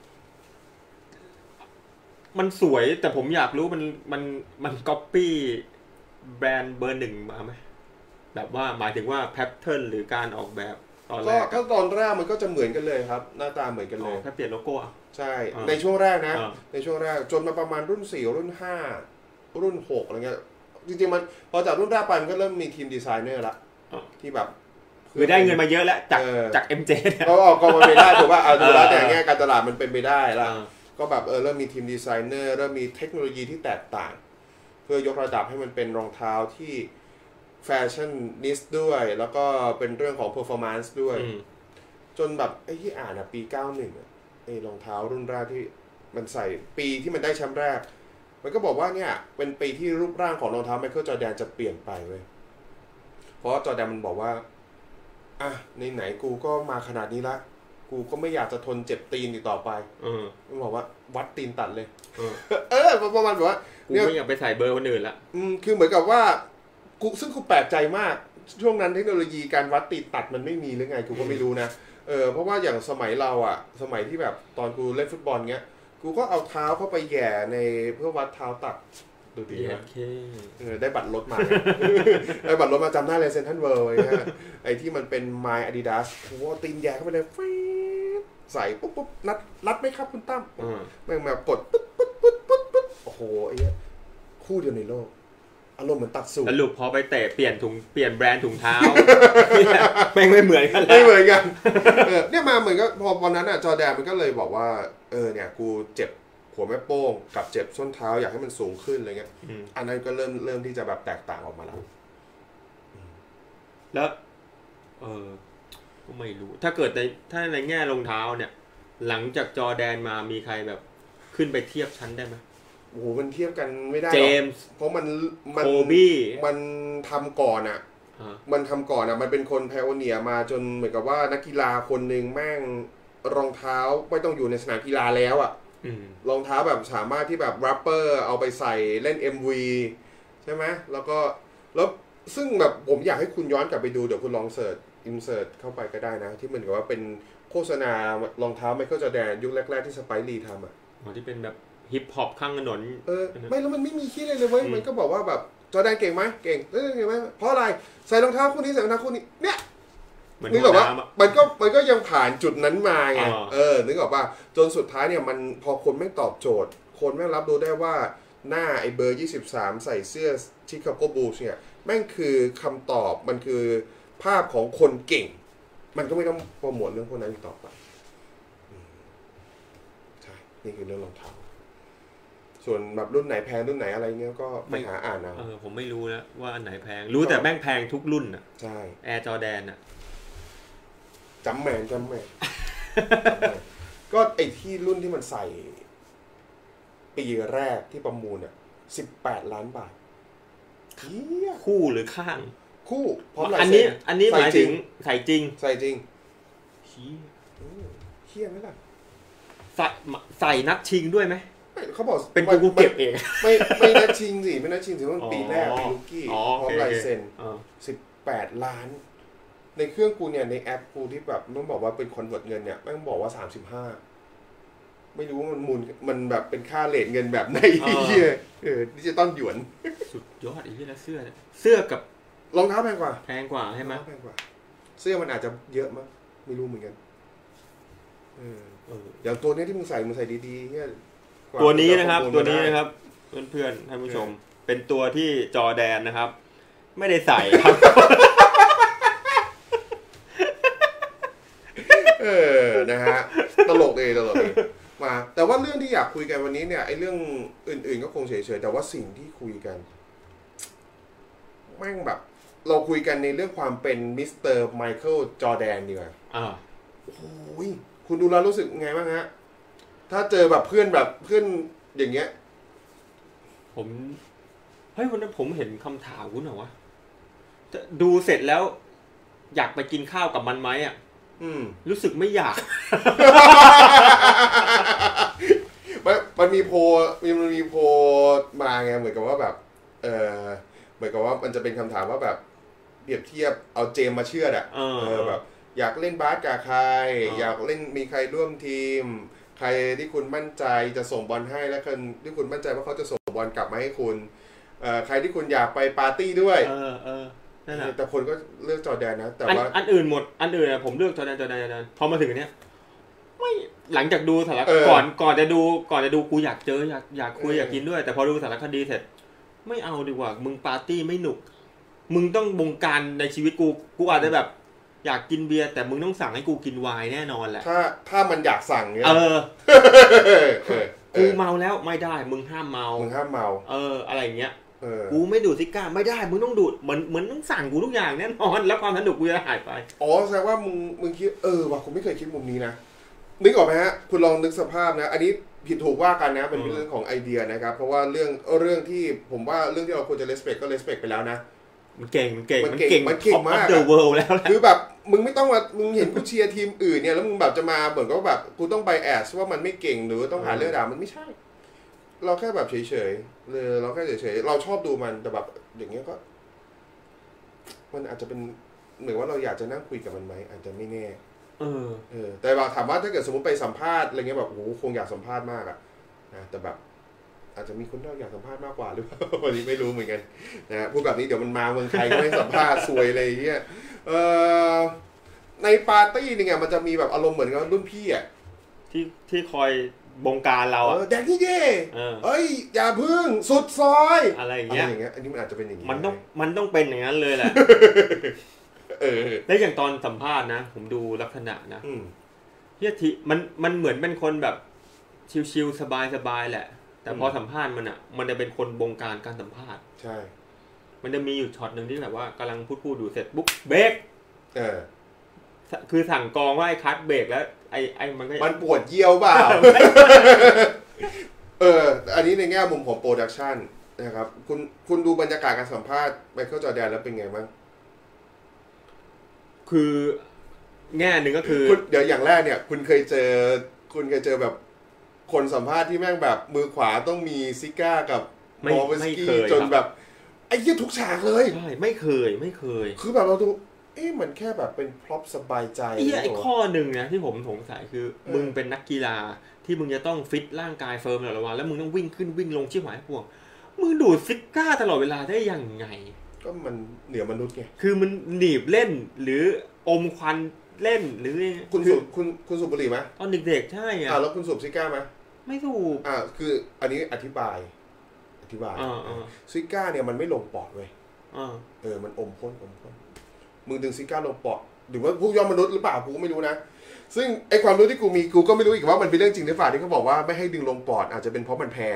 มันสวยแต่ผมอยากรู้มันก๊อปปี้แบรนด์เบอร์ 1มาไหมแบบว่าหมายถึงว่าแพทเทิร์นหรือการออกแบบก็ตอนแรกมันก็จะเหมือนกันเลยครับหน้าตาเหมือนกันเลยแค่เปลี่ยนโลโก้ใช่ในช่วงแรกนะในช่วงแรกจนมาประมาณรุ่น4รุ่น5รุ่น6อะไรเงี้ยจริงๆมันพอจากรุ่นแรกไปมันก็เริ่มมีทีมดีไซเนอร์ละที่แบบคือได้เงินมาเยอะแล้วจาก MJ ก็มาเป็นได้ถูกป่ะดูแล้วแต่แง่การตลาดมันเป็นไปได้แล้วก็แบบเริ่มมีทีมดีไซเนอร์เริ่มมีเทคโนโลยีที่แตกต่างเพื่อยกระดับให้มันเป็นรองเท้าที่แฟชั่นนิสต์ด้วยแล้วก็เป็นเรื่องของเพอร์ฟอร์แมนซ์ด้วยจนแบบไอ้ที่อ่านปี91ไอ้รองเท้ารุ่นแรกที่มันใส่ปีที่มันได้แชมป์แรกมันก็บอกว่าเนี่ยเป็นปีที่รูปร่างของรองเท้าไมเคิลจอร์แดนจะเปลี่ยนไปเว้ยเพราะจอร์แดนมันบอกว่าอ่ะไหนกูก็มาขนาดนี้ละกูก็ไม่อยากจะทนเจ็บตีนอีกต่อไปมันบอกว่าวัดตีนตัดเลยประมาณแบบว่ากูไม่อยากไปใส่เบอร์คนอื่นละคือเหมือนกับว่าซึ่งกูแปลกใจมากช่วงนั้นเทคโนโลยีการวัดตีนตัดมันไม่มีหรือไงกูก็ไม่รู้นะเพราะว่าอย่างสมัยเราอ่ะสมัยที่แบบตอนกูเล่นฟุตบอลเงี้ยกูก็เอาเท้าเข้าไปแย่ในเพื่อวัดเท้าตัดดูดีนะได้บัตรรถมาได้บัตรรถมาจำได้เลยเซ็นทรัลเวิลด์ไอ้ที่มันเป็น My Adidas โอ้ตีนแย่เข้าไปเลยใส่ปุ๊บนัดไหมครับคุณตั้มแม่งแบบกดปุ๊บโอ้โหไอ้เนี่ยคู่เดียวในโลกอารมณ์เหมือนตัดสูตรสรุปพอไปเตะเปลี่ยนแบรนด์ถุงเท้าแม่งไม่เหมือนกันไม่เหมือนกันเนี่ยมาเหมือนก็พอวันนั้นอ่ะจอร์แดนมันก็เลยบอกว่าเนี่ยกูเจ็บหัวแม่โป้งกับเจ็บส้นเท้าอยากให้มันสูงขึ้นอะไรเงี้ยอันนั้นก็เริ่มที่จะแบบแตกต่างออกมาแล้วก็ไม่รู้ถ้าเกิดถ้าในแง่รองเท้าเนี่ยหลังจากจอร์แดนมามีใครแบบขึ้นไปเทียบชั้นได้ไหมโอ้โหมันเทียบกันไม่ได้เจมส์เพราะมันโคบี้มันทำก่อนอ่ะมันเป็นคนไพโอเนียร์มาจนเหมือนกับว่านักกีฬาคนนึงแม่งรองเท้าไม่ต้องอยู่ในสนามกีฬาแล้วอ่ะรองเท้าแบบสามารถที่แบบแรปเปอร์เอาไปใส่เล่น MV ใช่ไหมแล้วซึ่งแบบผมอยากให้คุณย้อนกลับไปดูเดี๋ยวคุณลองอินเสิร์ตเข้าไปก็ได้นะที่เหมือนกับว่าเป็นโฆษณารองเท้าไมเคิลจอร์แดนยุคแรกๆที่สไปร์ลีทำอ่ะที่เป็นแบบฮิปฮอปข้างถนนไม่แล้วมันไม่มีขี้เลยเว้ยมันก็บอกว่าแบบจอร์แดนเก่งไหมเก่งไหมเพราะอะไรใส่รองเท้าคู่นี้ใส่รองเท้าคู่นี้เนี่ยนึกออกว่ามันก็ยังผ่านจุดนั้นมาไงนึกออกว่าจนสุดท้ายเนี่ยมันพอคนไม่ตอบโจทย์คนไม่รับรู้ได้ว่าหน้าไอ้เบอร์23ใส่เสื้อชิคาโกบูลส์เนี่ยแม่งคือคำตอบมันคือภาพของคนเก่งมันก็ไม่ต้องโปรโมทเรื่องพวกนั้นอีกต่อไปใช่นี่คือเรื่องรองเท้าส่วนแบบรุ่นไหนแพงรุ่นไหนอะไรเงี้ยก็ไปหาอ่านเอาผมไม่รู้นะว่าอันไหนแพงรู้แต่แม่งแพงทุกรุ่นอ่ะใช่แอร์จอร์แดนอ่ะจำแมนก็ไอ้ที่รุ่นที่มันใส่ปีแรกที่ประมูลเนี่ย18 ล้านบาทคู่หรือข้างคู่พร้อมลายเซ็นอันนี้หมายถึงใส่จริงเฮี้ยไหมล่ะใส่นัดชิงด้วยไหมเขาบอกเป็นกูเก็บเองไม่นัดชิงสิไม่นัดชิงถือว่าปีแรกเป็นลูกี้พร้อมลายเซ็น18 ล้านในเครื่องกูเนี่ยในแอปกูที่แบบต้องบอกว่าเป็นคอนเวิร์ตเงินเนี่ยแม่งบอกว่า35ไม่รู้ว่ามันแบบเป็นค่าเรทเงินแบบไหนดิจิตอลหยวนสุดยอดไอ้ที่ละเสื้อกับรองเท้าแพงกว่าใช่ไหมแพงกว่าเสื้อมันอาจจะเยอะมั้งไม่รู้เหมือนกันอย่างตัวนี้ที่มึงใส่ดีๆเนี่ยตัวนี้นะครับเพื่อนๆท่านผู้ชมเป็นตัวที่จอร์แดนนะครับไม่ได้ใส่ครับนะฮะตลกมาแต่ว่าเรื่องที่อยากคุยกันวันนี้เนี่ยไอ้เรื่องอื่นๆก็คงเฉยๆแต่ว่าสิ่งที่คุยกันแม่งแบบเราคุยกันในเรื่องความเป็นมิสเตอร์ไมเคิลจอร์แดนดีกว่าโอ้ยคุณดูแล้วรู้สึกไงบ้างฮะถ้าเจอแบบเพื่อนอย่างเงี้ยวันนั้นผมเห็นคำถามคุณเหรอวะดูเสร็จแล้วอยากไปกินข้าวกับมันไหมอ่ะรู้สึกไม่อยากมันมีโพมาไงเหมือนกับว่าแบบเหมือนกับว่ามันจะเป็นคำถามว่าแบบเปรียบเทียบเอาเจมมาเชื่อดอ่ะแบบอยากเล่นบาสกับใครอยากเล่นมีใครร่วมทีมใครที่คุณมั่นใจจะส่งบอลให้และคนที่คุณมั่นใจว่าเขาจะส่งบอลกลับมาให้คุณใครที่คุณอยากไปปาร์ตี้ด้วยแต่คนก็เลือกจอร์แดนนะแต่ว่าอันอื่นหมดอันอื่นอะผมเลือกจอร์แดนพอมาถึงอันเนี้ยไม่หลังจากดูสารคดีก่อนจะดูกูอยากเจออยากคุยอยากกินด้วยแต่พอดูสารคดีเสร็จไม่เอาดีกว่ามึงปาร์ตี้ไม่หนุกมึงต้องบงการในชีวิตกูอาจจะแบบอยากกินเบียร์แต่มึงต้องสั่งให้กูกินไวน์แน่นอนแหละถ้ามันอยากสั่งเนี่ยกูเมาแล้วไม่ได้มึงห้ามเมาอะไรอย่างเงี้ยกูไม่ดูดซิก้าไม่ได้มึงต้องดูดเหมือนต้องสั่งกูทุกอย่างแน่นอนแล้วความสนุกกูจะหายไปแสดงว่ามึงคิดว่ะผมไม่เคยคิดมุมนี้นะนึกออกไหมฮะคุณลองนึกสภาพนะอันนี้ผิดถูกว่ากันนะเป็นเรื่องของไอเดียนะครับเพราะว่าเรื่องที่ผมว่าเรื่องที่เราควรจะ respect ก็ respect ไปแล้วนะมันเก่งมาก The World แล้วคือแบบมึงไม่ต้องมามึงเห็นกูเชียร์ทีมอื่นเนี่ยแล้วมึงแบบจะมาเหมือนก็แบบกูต้องไบแอสว่ามันไม่เก่งหรือต้องหาเรื่องด่ามันไม่ใช่เราแค่แบบเฉยๆเลยเราแค่เฉยๆเราชอบดูมันแต่แบบอย่างเงี้ยก็มันอาจจะเป็นเหมือนว่าเราอยากจะนั่งคุยกับมันไหมอาจจะไม่แน่แต่ว่าถามว่าถ้าเกิดสมมติไปสัมภาษณ์อะไรเงี้ยแบบโอ้โหคงอยากสัมภาษณ์มากอะนะแต่แบบอาจจะมีคนที่อยากสัมภาษณ์มากกว่าหรือเปล่าวันนี้ไม่รู้เหมือนกันนะพูดแบบนี้เดี๋ยวมันมาเมืองไทยก็ไม่สัมภาษณ์ซวยอะไรเงี้ยในปาร์ตี้นี่ไงมันจะมีแบบอารมณ์เหมือนกับรุ่นพี่อ่ะที่คอยบงการเราอ่ะแดกนี่เย่เอ้ยอย่าพึ่งสุดซอยอะไรอย่างเงี้ยอันนี้มันอาจจะเป็นอย่างนี้มันต้องเป็นอย่างนั้นเลยแหละแล้วอย่างตอนสัมภาษณ์นะผมดูลักษณะนะเฮียทีมันเหมือนเป็นคนแบบชิลๆสบายๆแหละแต่พอสัมภาษณ์มันอ่ะมันจะเป็นคนบงการการสัมภาษณ์ใช่มันจะมีอยู่ช็อตนึงที่แบบว่ากำลังพูดดูเสร็จปุ๊บเบรกคือสั่งกองว่าไอ้คัทเบรกแล้วไอ้มันปวดเยี่ยวเปล่าอันนี้ในแง่มุมของโปรดักชันนะครับคุณดูบรรยากาศการสัมภาษณ์ไมเคิลจอร์แดนแล้วเป็นไงบ้างคือแง่หนึ่งก็คือเดี๋ยวอย่างแรกเนี่ยคุณเคยเจอแบบคนสัมภาษณ์ที่แม่งแบบมือขวาต้องมีซิก้ากับมอร์เวสกี้จนแบบไอ้เหี้ยทุกฉากเลยใช่ไม่เคยคือแบบเราดูมันแค่แบบเป็นพร็อพสบายใจไอ้ข้อหนึ่งนะที่ผมสงสัยคือมึงเป็นนักกีฬาที่มึงจะต้องฟิตร่างกายเฟิร์มตลอดเวลาแล้วมึงต้องวิ่งขึ้นวิ่งลงชิบหายพวกมึงดูดซิก้าตลอดเวลาได้ยังไงก็มันเหนือมนุษย์ไงคือมันหนีบเล่นหรืออมควันเล่นหรือคุณสูบบุหรี่ไหมตอนเด็กๆใช่แล้วคุณสูบซิก้าไหมไม่สูบคืออันนี้อธิบายซิก้าเนี่ยมันไม่ลงปอดเว้ยมันอมพ่นมึงดึงซิก้าลงปอดหรือว่าพวกยอดมนุษย์หรือเปล่ากูไม่รู้นะซึ่งไอความรู้ที่กูมีกูก็ไม่รู้อีกว่ามันเป็นเรื่องจริงหรือเปล่าที่เขาบอกว่าไม่ให้ดึงลงปอดอาจจะเป็นเพราะมันแพง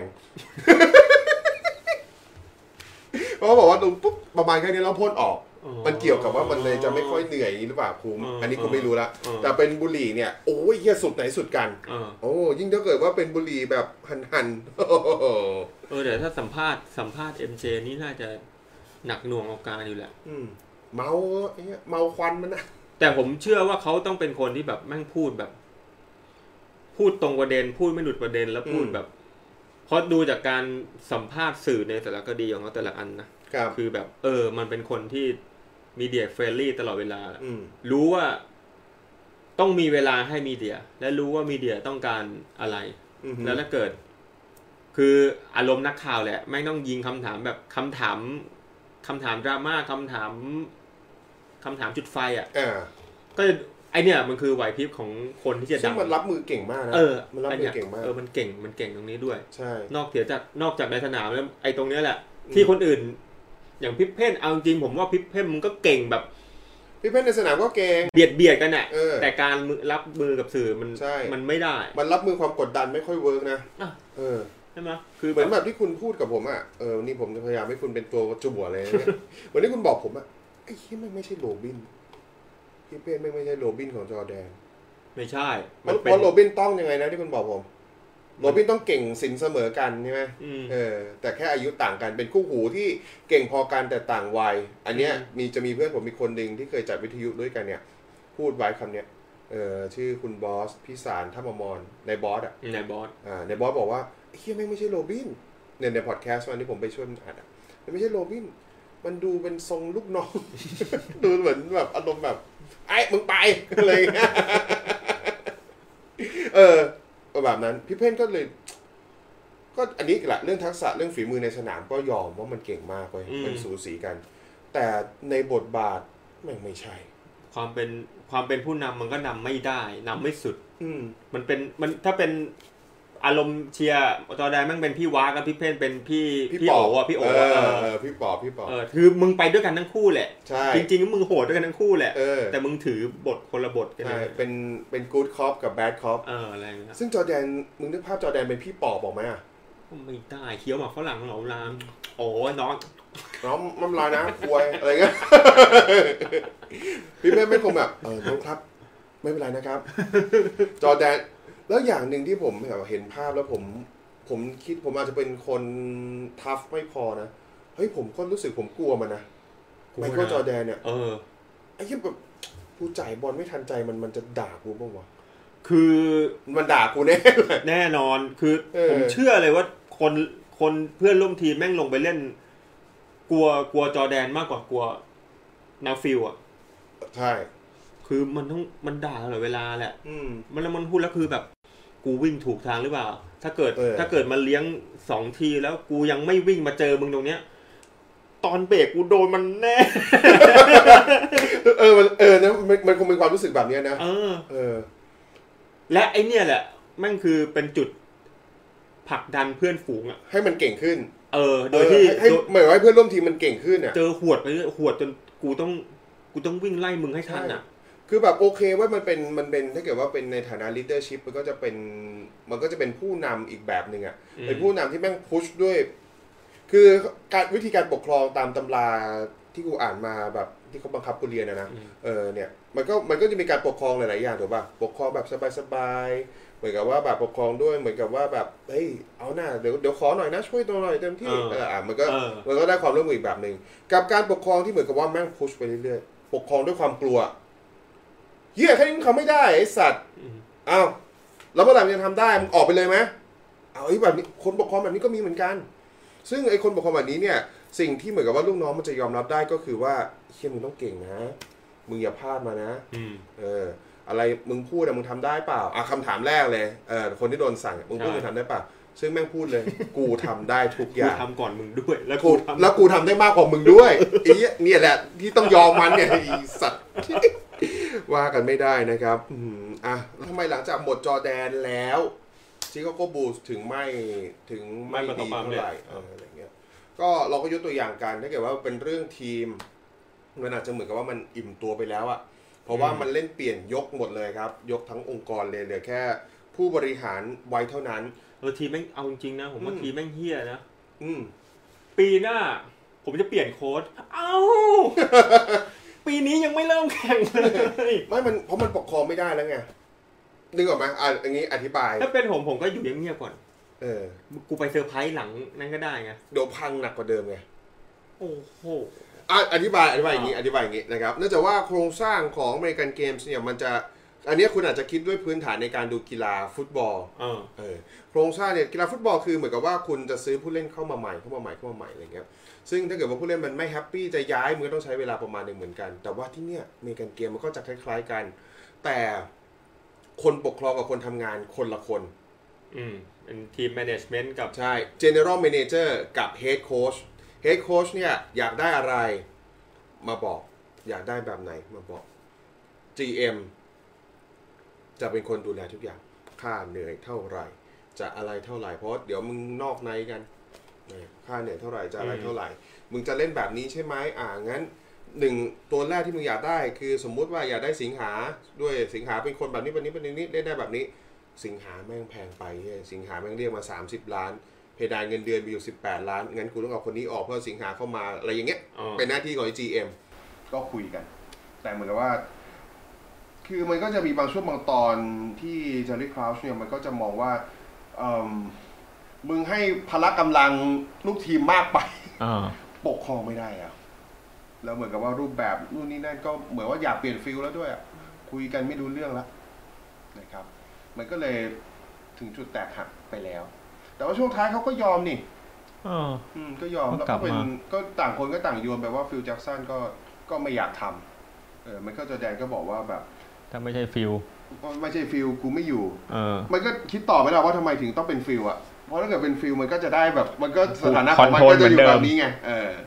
เพราะเขาบอกว่าดึงปุ๊บประมาณแค่นี้แล้วพ่นออกมันเกี่ยวกับว่ามันเลยจะไม่ค่อยเหนื่อยหรือเปล่าครูอันนี้กูไม่รู้ละแต่เป็นบุหรี่เนี่ยโอ้ยเหี้ยสุดไหนสุดกันยิ่งถ้าเกิดว่าเป็นบุหรี่แบบหันเดี๋ยวถ้าสัมภาษณ์ MJ นี่น่าจะหนักหน่วงเอาการอยู่แหละเมาควันมันนะแต่ผมเชื่อว่าเขาต้องเป็นคนที่แบบแม่งพูดตรงประเด็นพูดไม่หลุดประเด็นแล้วพูดแบบเพราะดูจากการสัมภาษณ์สื่อในแต่ละคดีของเขาแต่ละอันนะคือแบบมันเป็นคนที่มีเดียเฟรนลี่ตลอดเวลารู้ว่าต้องมีเวลาให้มีเดียและรู้ว่ามีเดียต้องการอะไรแล้วถ้าเกิดคืออารมณ์นักข่าวแหละไม่ต้องยิงคำถามแบบคำถามดราม่าคำถามจุดไฟก็ไอเนี่ยมันคือไหวพริบของคนที่จะดังซึ่งมันรับมือเก่งมากนะมันรับมือเก่งมากมันเก่งตรงนี้ด้วยใช่นอกจากในสนามแล้วไอตรงนี้แหละที่คนอื่นอย่างพิพเพ่นเอาจริงผมว่าพิพเพ่นมันก็เก่งแบบพิพเพ่นในสนามก็เก่งเบียดกันน่ะแต่การรับมือกับสื่อมันไม่ได้มันรับมือความกดดันไม่ค่อยเวิร์กนะใช่ไหมคือเหมือนแบบที่คุณพูดกับผมนี่ผมจะพยายามให้คุณเป็นตัวจุบหัวเลยวันนี้คุณบอกผมไอ้ที่ไม่ใช่โรบินพิพเพ่นไม่ใช่โรบินของจอร์แดนไม่ใช่เพราะโรบินต้องยังไงนะที่คุณบอกผมโรบินต้องเก่งสินเสมอกันใช่ไหมแต่แค่อายุต่างกันเป็นคู่หูที่เก่งพอกันแต่ต่างวัยอันเนี้ยจะมีเพื่อนผมมีคนหนึ่งที่เคยจัดวิทยุด้วยกันเนี่ยพูดไว้คำเนี้ยชื่อคุณบอสพิสารท่ามมรในบอสในบอสบอกว่าเฮียไม่ใช่โรบินเนี่ยในพอดแคสต์วันที่ผมไปช่วยอัดไม่ใช่โรบินมันดูเป็นทรงลูกน้อง ดูเหมือนแบบอารมณ์แบบไอ้มึงไปอะไรอย่างเงี้ยแบบนั้นพี่เพ่นก็เลยก็อันนี้แหละเรื่องทักษะเรื่องฝีมือในสนามก็ยอมว่ามันเก่งมากเลยมันสูสีกันแต่ในบทบาทไม่ใช่ความเป็นผู้นำมันก็นำไม่ได้นำไม่สุดมันถ้าเป็นอารมณ์เชียร์จอแดนแม่งเป็นพี่วากับพี่เพ่นเป็นพี่โอ๋อ่ะพี่โอ๋พี่ปอคือมึงไปด้วยกันทั้งคู่แหละจริงๆมึงโหดด้วยกันทั้งคู่แหละแต่มึงถือบทคนละบทกันเป็นกู๊ดคอปกับแบดคอปอะไรเงี้ยซึ่งจอแดนมึงนึกภาพจอแดนเป็นพี่ปอบอกไหมอ่ะไม่ได้เคี้ยวหมากฝรั่งเหลาลามโอ้น้องน้ำลายนะควยอะไรเงี้ยพี่เพ่นไม่คงแบบน้องครับไม่เป็นไรนะครับจอแดนแล้วอย่างหนึ่งที่ผมเห็นภาพแล้วผมคิดผมอาจจะเป็นคนทัฟไม่พอนะเฮ้ยผมก็รู้สึกผมกลัวมันนะไมเคิลจอร์แดนเนี่ยไอ้ที่แบบกูจ่ายบอลไม่ทันใจมันจะด่ากูบ้างวะคือมันด่ากูแน่นอนคือผมเชื่อเลยว่าคนเพื่อนร่วมทีมแม่งลงไปเล่นกลัวจอร์แดนมากกว่ากลัวนาฟิลอ่ะใช่คือมันด่าตลอดเวลาแหละมันพูดแล้วคือแบบกูวิ่งถูกทางหรือเปล่าถ้าเกิดมันเลี้ยง2ทีแล้วกูยังไม่วิ่งมาเจอมึงตรงเนี้ยตอนเบรกกูโดนมันแน่นะมันคงเป็นความรู้สึกแบบนี้นะและไอเนี่ยแหละแม่งคือเป็นจุดผลักดันเพื่อนฝูงอ่ะให้มันเก่งขึ้นโดยที่ให้หมายว่าเพื่อนร่วมทีมมันเก่งขึ้นอ่ะเจอหวดไปเรื่อยหวดจนกูต้องวิ่งไล่มึงให้ทันอ่ะคือแบบโอเคว่ามันเป็นถ้าเกิดว่าเป็นในฐานะ leadership มันก็จะเป็นผู้นำอีกแบบหนึ่งอ่ะเป็นผู้นำที่แม่งพุชด้วยคือวิธีการปกครองตามตำราที่กูอ่านมาแบบที่เขาบังคับกูเรียนนะเนี่ยมันก็จะมีการปกครองหลายๆอย่างถูกป่ะปกครองแบบสบายๆเหมือนกับว่าแบบปกครองด้วยเหมือนกับว่าแบบเฮ้ยเอาหน้าเดี๋ยวขอหน่อยนะช่วยตัวหน่อยเต็มที่มันก็ได้ความร่วมมืออีกแบบนึงกับการปกครองที่เหมือนกับว่าแม่งพุชไปเรื่อยๆปกครองด้วยความกลัวเหี้ยแค่นี้เขาไม่ได้ไอ้สัตว์อ้าวแล้วเมื่อไหร่มันจะทำได้มึงออกไปเลยไหมเอาไอ้แบบนี้คนปกครองแบบนี้ก็มีเหมือนกันซึ่งไอ้คนปกครองแบบนี้เนี่ยสิ่งที่เหมือนกับว่าลูกน้องมันจะยอมรับได้ก็คือว่าเชี่ยมึงต้องเก่งนะมึงอย่าพลาดมานะอะไรมึงพูดมึงทำได้เปล่าคำถามแรกเลยคนที่โดนสั่งมึงพูดมึงทำได้เปล่าซึ่งแม่งพูดเลยกูทำได้ทุกอย่างกูทำก่อนมึงด้วยแล้วกูทำได้มากกว่ามึงด้วยไอ้เนี่ยแหละที่ต้องยอมมันเนี่ยไอ้สัตว์ว่ากันไม่ได้นะครับทำไมหลังจากหมดจอร์แดนแล้วชิคาโกบูลส์ถึงไม่ดีเท่าไหร่อะไรเงี้ยก็เราก็ยกตัวอย่างกันถ้าเกิดว่าเป็นเรื่องทีมมันอาจจะเหมือนกับว่ามันอิ่มตัวไปแล้วอ่ะเพราะว่ามันเล่นเปลี่ยนยกหมดเลยครับยกทั้งองค์กรเลยเหลือแค่ผู้บริหารไว้เท่านั้นทีมแม่งเอาจริงนะผมว่าทีมแม่งเหี้ยนะปีหน้าผมจะเปลี่ยนโค้ชปีนี้ยังไม่เริ่มแข่งเลยไม่มันเพราะมันปกครองไม่ได้แล้วไงนึกออกไหมอย่างนี้อธิบายถ้าเป็นผมก็อยู่เงียบๆก่อนกูไปเซอร์ไพรส์หลังนั่นก็ได้ไงเดี๋ยวพังหนักกว่าเดิมไงโอ้โหอธิบายอย่างนี้นะครับเนื่องจากว่าโครงสร้างของอเมริกันเกมส์เนี่ยมันจะอันนี้คุณอาจจะคิดด้วยพื้นฐานในการดูกีฬาฟุตบอลโครงสร้างเนี่ยกีฬาฟุตบอลคือเหมือนกับว่าคุณจะซื้อผู้เล่นเข้ามาใหม่อะไรเงี้ยซึ่งถ้าเกิดว่าผู้เล่นมันไม่แฮปปี้จะย้ายมันก็ต้องใช้เวลาประมาณนึงเหมือนกันแต่ว่าที่เนี่ยอเมริกันเกมมันก็จะคล้ายๆกันแต่คนปกครองกับคนทำงานคนละคนเป็นทีมแมเนจเมนต์กับใช่ General Manager กับ Head Coach Head Coach เนี่ยอยากได้อะไรมาบอกอยากได้แบบไหนมาบอก GM จะเป็นคนดูแลทุกอย่างค่าเหนื่อยเท่าไหร่จะอะไรเท่าไหร่เพราะเดี๋ยวมึงนอกในกันค่าเหนื่อยเท่าไหร่จะอะไรเท่าไหร่มึงจะเล่นแบบนี้ใช่ไหมงั้น1ตัวแรกที่มึงอยากได้คือสมมุติว่าอยากได้สิงหาด้วยสิงหาเป็นคนแบบนี้เล่นได้แบบนี้สิงหาแม่งแพงไปสิงหาแม่งเรียกมา30ล้านเพดานเงินเดือนมีอยู่18ล้านงั้นกูต้องเอาคนนี้ออกเพื่อสิงหาเข้ามาอะไรอย่างเงี้ยเป็นหน้าที่ของ GM ก็คุยกันแต่เหมือนกับว่าคือมันก็จะมีบางช่วงบางตอนที่เจอร์รี่คราวช์เนี่ยมันก็จะมองว่ามึงให้พละกำลังลูกทีมมากไปปกครองไม่ได้อะแล้วเหมือนกับว่ารูปแบบนู่นนี่นั่นก็เหมือนว่าอยากเปลี่ยนฟิลแล้วด้วยคุยกันไม่รู้เรื่องแล้วนะครับมันก็เลยถึงจุดแตกหักไปแล้วแต่ว่าช่วงท้ายเขาก็ยอมนี่ก็ยอมแล้วก็ต่างคนก็ต่างโยนไปว่าฟิลแจ็คสันก็ไม่อยากทำมันก็จอร์แดนก็บอกว่าแบบถ้าไม่ใช่ฟิลกูไม่อยู่มันก็คิดต่อไม่ได้ว่าทำไมถึงต้องเป็นฟิลเพราะถ้าเกิดเป็นฟิลมันก็จะได้แบบมันก็สถานะของมันก็จะอยู่แบบนี้ไง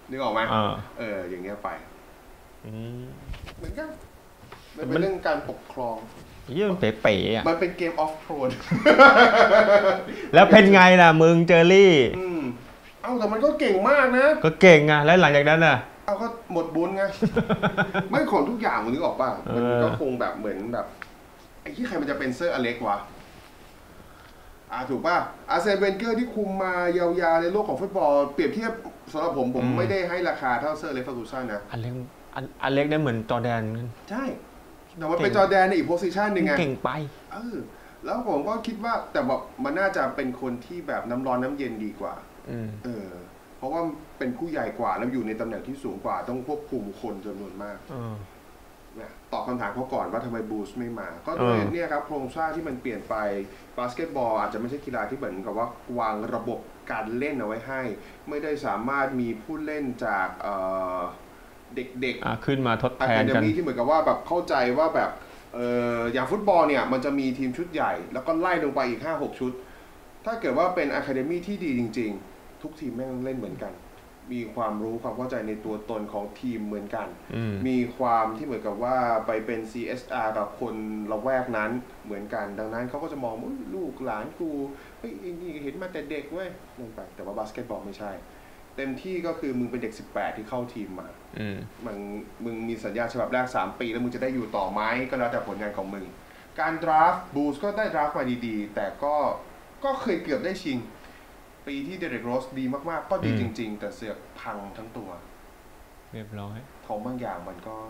นึกออกไหมอย่างเงี้ยไปเหมือนกันมันเป็นเรื่องการปกครองมันเป๋ๆอ่ะมันเป็นเกมออฟโทนแล้วเป็นไงล่ะมึงเจอรี่แต่มันก็เก่งมากนะก็เก่งไงแล้วหลังจากนั้นน่ะก็หมดบุญไงไม่ของทุกอย่างมึงนึกออกป่ะมันก็คงแบบเหมือนแบบไอ้ที่ใครมันจะเป็นเซอร์อเล็กวะถูกป่ะอาร์เซนเวนเกอร์ที่คุมมายาวๆในโลกของฟุตบอลเปรียบเทียบสำหรับผมไม่ได้ให้ราคาเท่าเซอร์เล็กฟาร์กูสันนะอเล็กได้เหมือนจอร์แดนใช่แต่ว่าเป็นจอร์แดนในอีกโพสิชันหนึ่งไงเก่งไปแล้วผมก็คิดว่าแต่แบบมันน่าจะเป็นคนที่แบบน้ำร้อนน้ำเย็นดีกว่าเพราะว่าเป็นผู้ใหญ่กว่าแล้วอยู่ในตำแหน่งที่สูงกว่าต้องควบคุมคนจำนวนมากตอบคำถามเขาก่อนว่าทำไมบูสไม่มาก็ด้วยเนี่ยครับโครงสร้างที่มันเปลี่ยนไปบาสเกตบอลอาจจะไม่ใช่กีฬาที่เหมือนกับว่าวางระบบการเล่นเอาไว้ให้ไม่ได้สามารถมีผู้เล่นจากเด็กๆขึ้นมาทดแทนกันที่เหมือนกับว่าแบบเข้าใจว่าแบบอย่างฟุตบอลเนี่ยมันจะมีทีมชุดใหญ่แล้วก็ไล่ลงไปอีก 5-6 ชุดถ้าเกิดว่าเป็นอะคาเดมี่ที่ดีจริงๆทุกทีมแม่งเล่นเหมือนกันมีความรู้ความเข้าใจในตัวตนของทีมเหมือนกันมีความที่เหมือนกับว่าไปเป็น CSR กับคนละแวกนั้นเหมือนกันดังนั้นเขาก็จะมองว่าลูกหลานกูนี่เห็นมาแต่เด็กเว้ยนั่นไปแต่ว่าบาสเกตบอลไม่ใช่เต็มที่ก็คือมึงเป็นเด็ก18ที่เข้าทีมมามึงมีสัญญาฉบับแรก3 ปีแล้วมึงจะได้อยู่ต่อไหมก็แล้วแต่ผลงานของมึงการดราฟต์บูลส์ก็ได้ดราฟต์มาดีๆแต่ก็เคยเกือบได้ชิงปีที่เดเร็กโรสดีมากๆก็ดีจริงๆแต่เสือกพังทั้งตัวเรียบร้อยของบางอย่างมันก็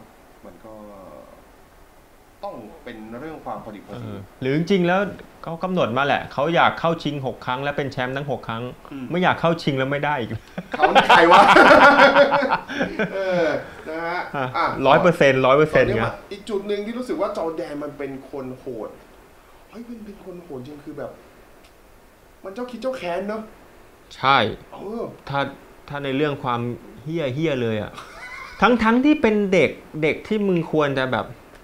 ต้องเป็นเรื่องความพอดีหรือจริงๆแล้วเขากำหนดมาแหละเขาอยากเข้าชิง6 ครั้งและเป็นแชมป์ทั้ง6 ครั้งไม่อยากเข้าชิงแล้วไม่ได้อีกเขาใครวะนะฮะ 100%ไงอีกจุดหนึ่งที่รู้สึกว่าจอร์แดนมันเป็นคนโหดเป็นคนโหดจริงคือแบบมันเจ้าคิดเจ้าแค้นเนาะใช่ถ้าในเรื่องความเฮี้ยเลยอ่ะทั้งที่เป็นเด็กที่มึงควรจะแบบ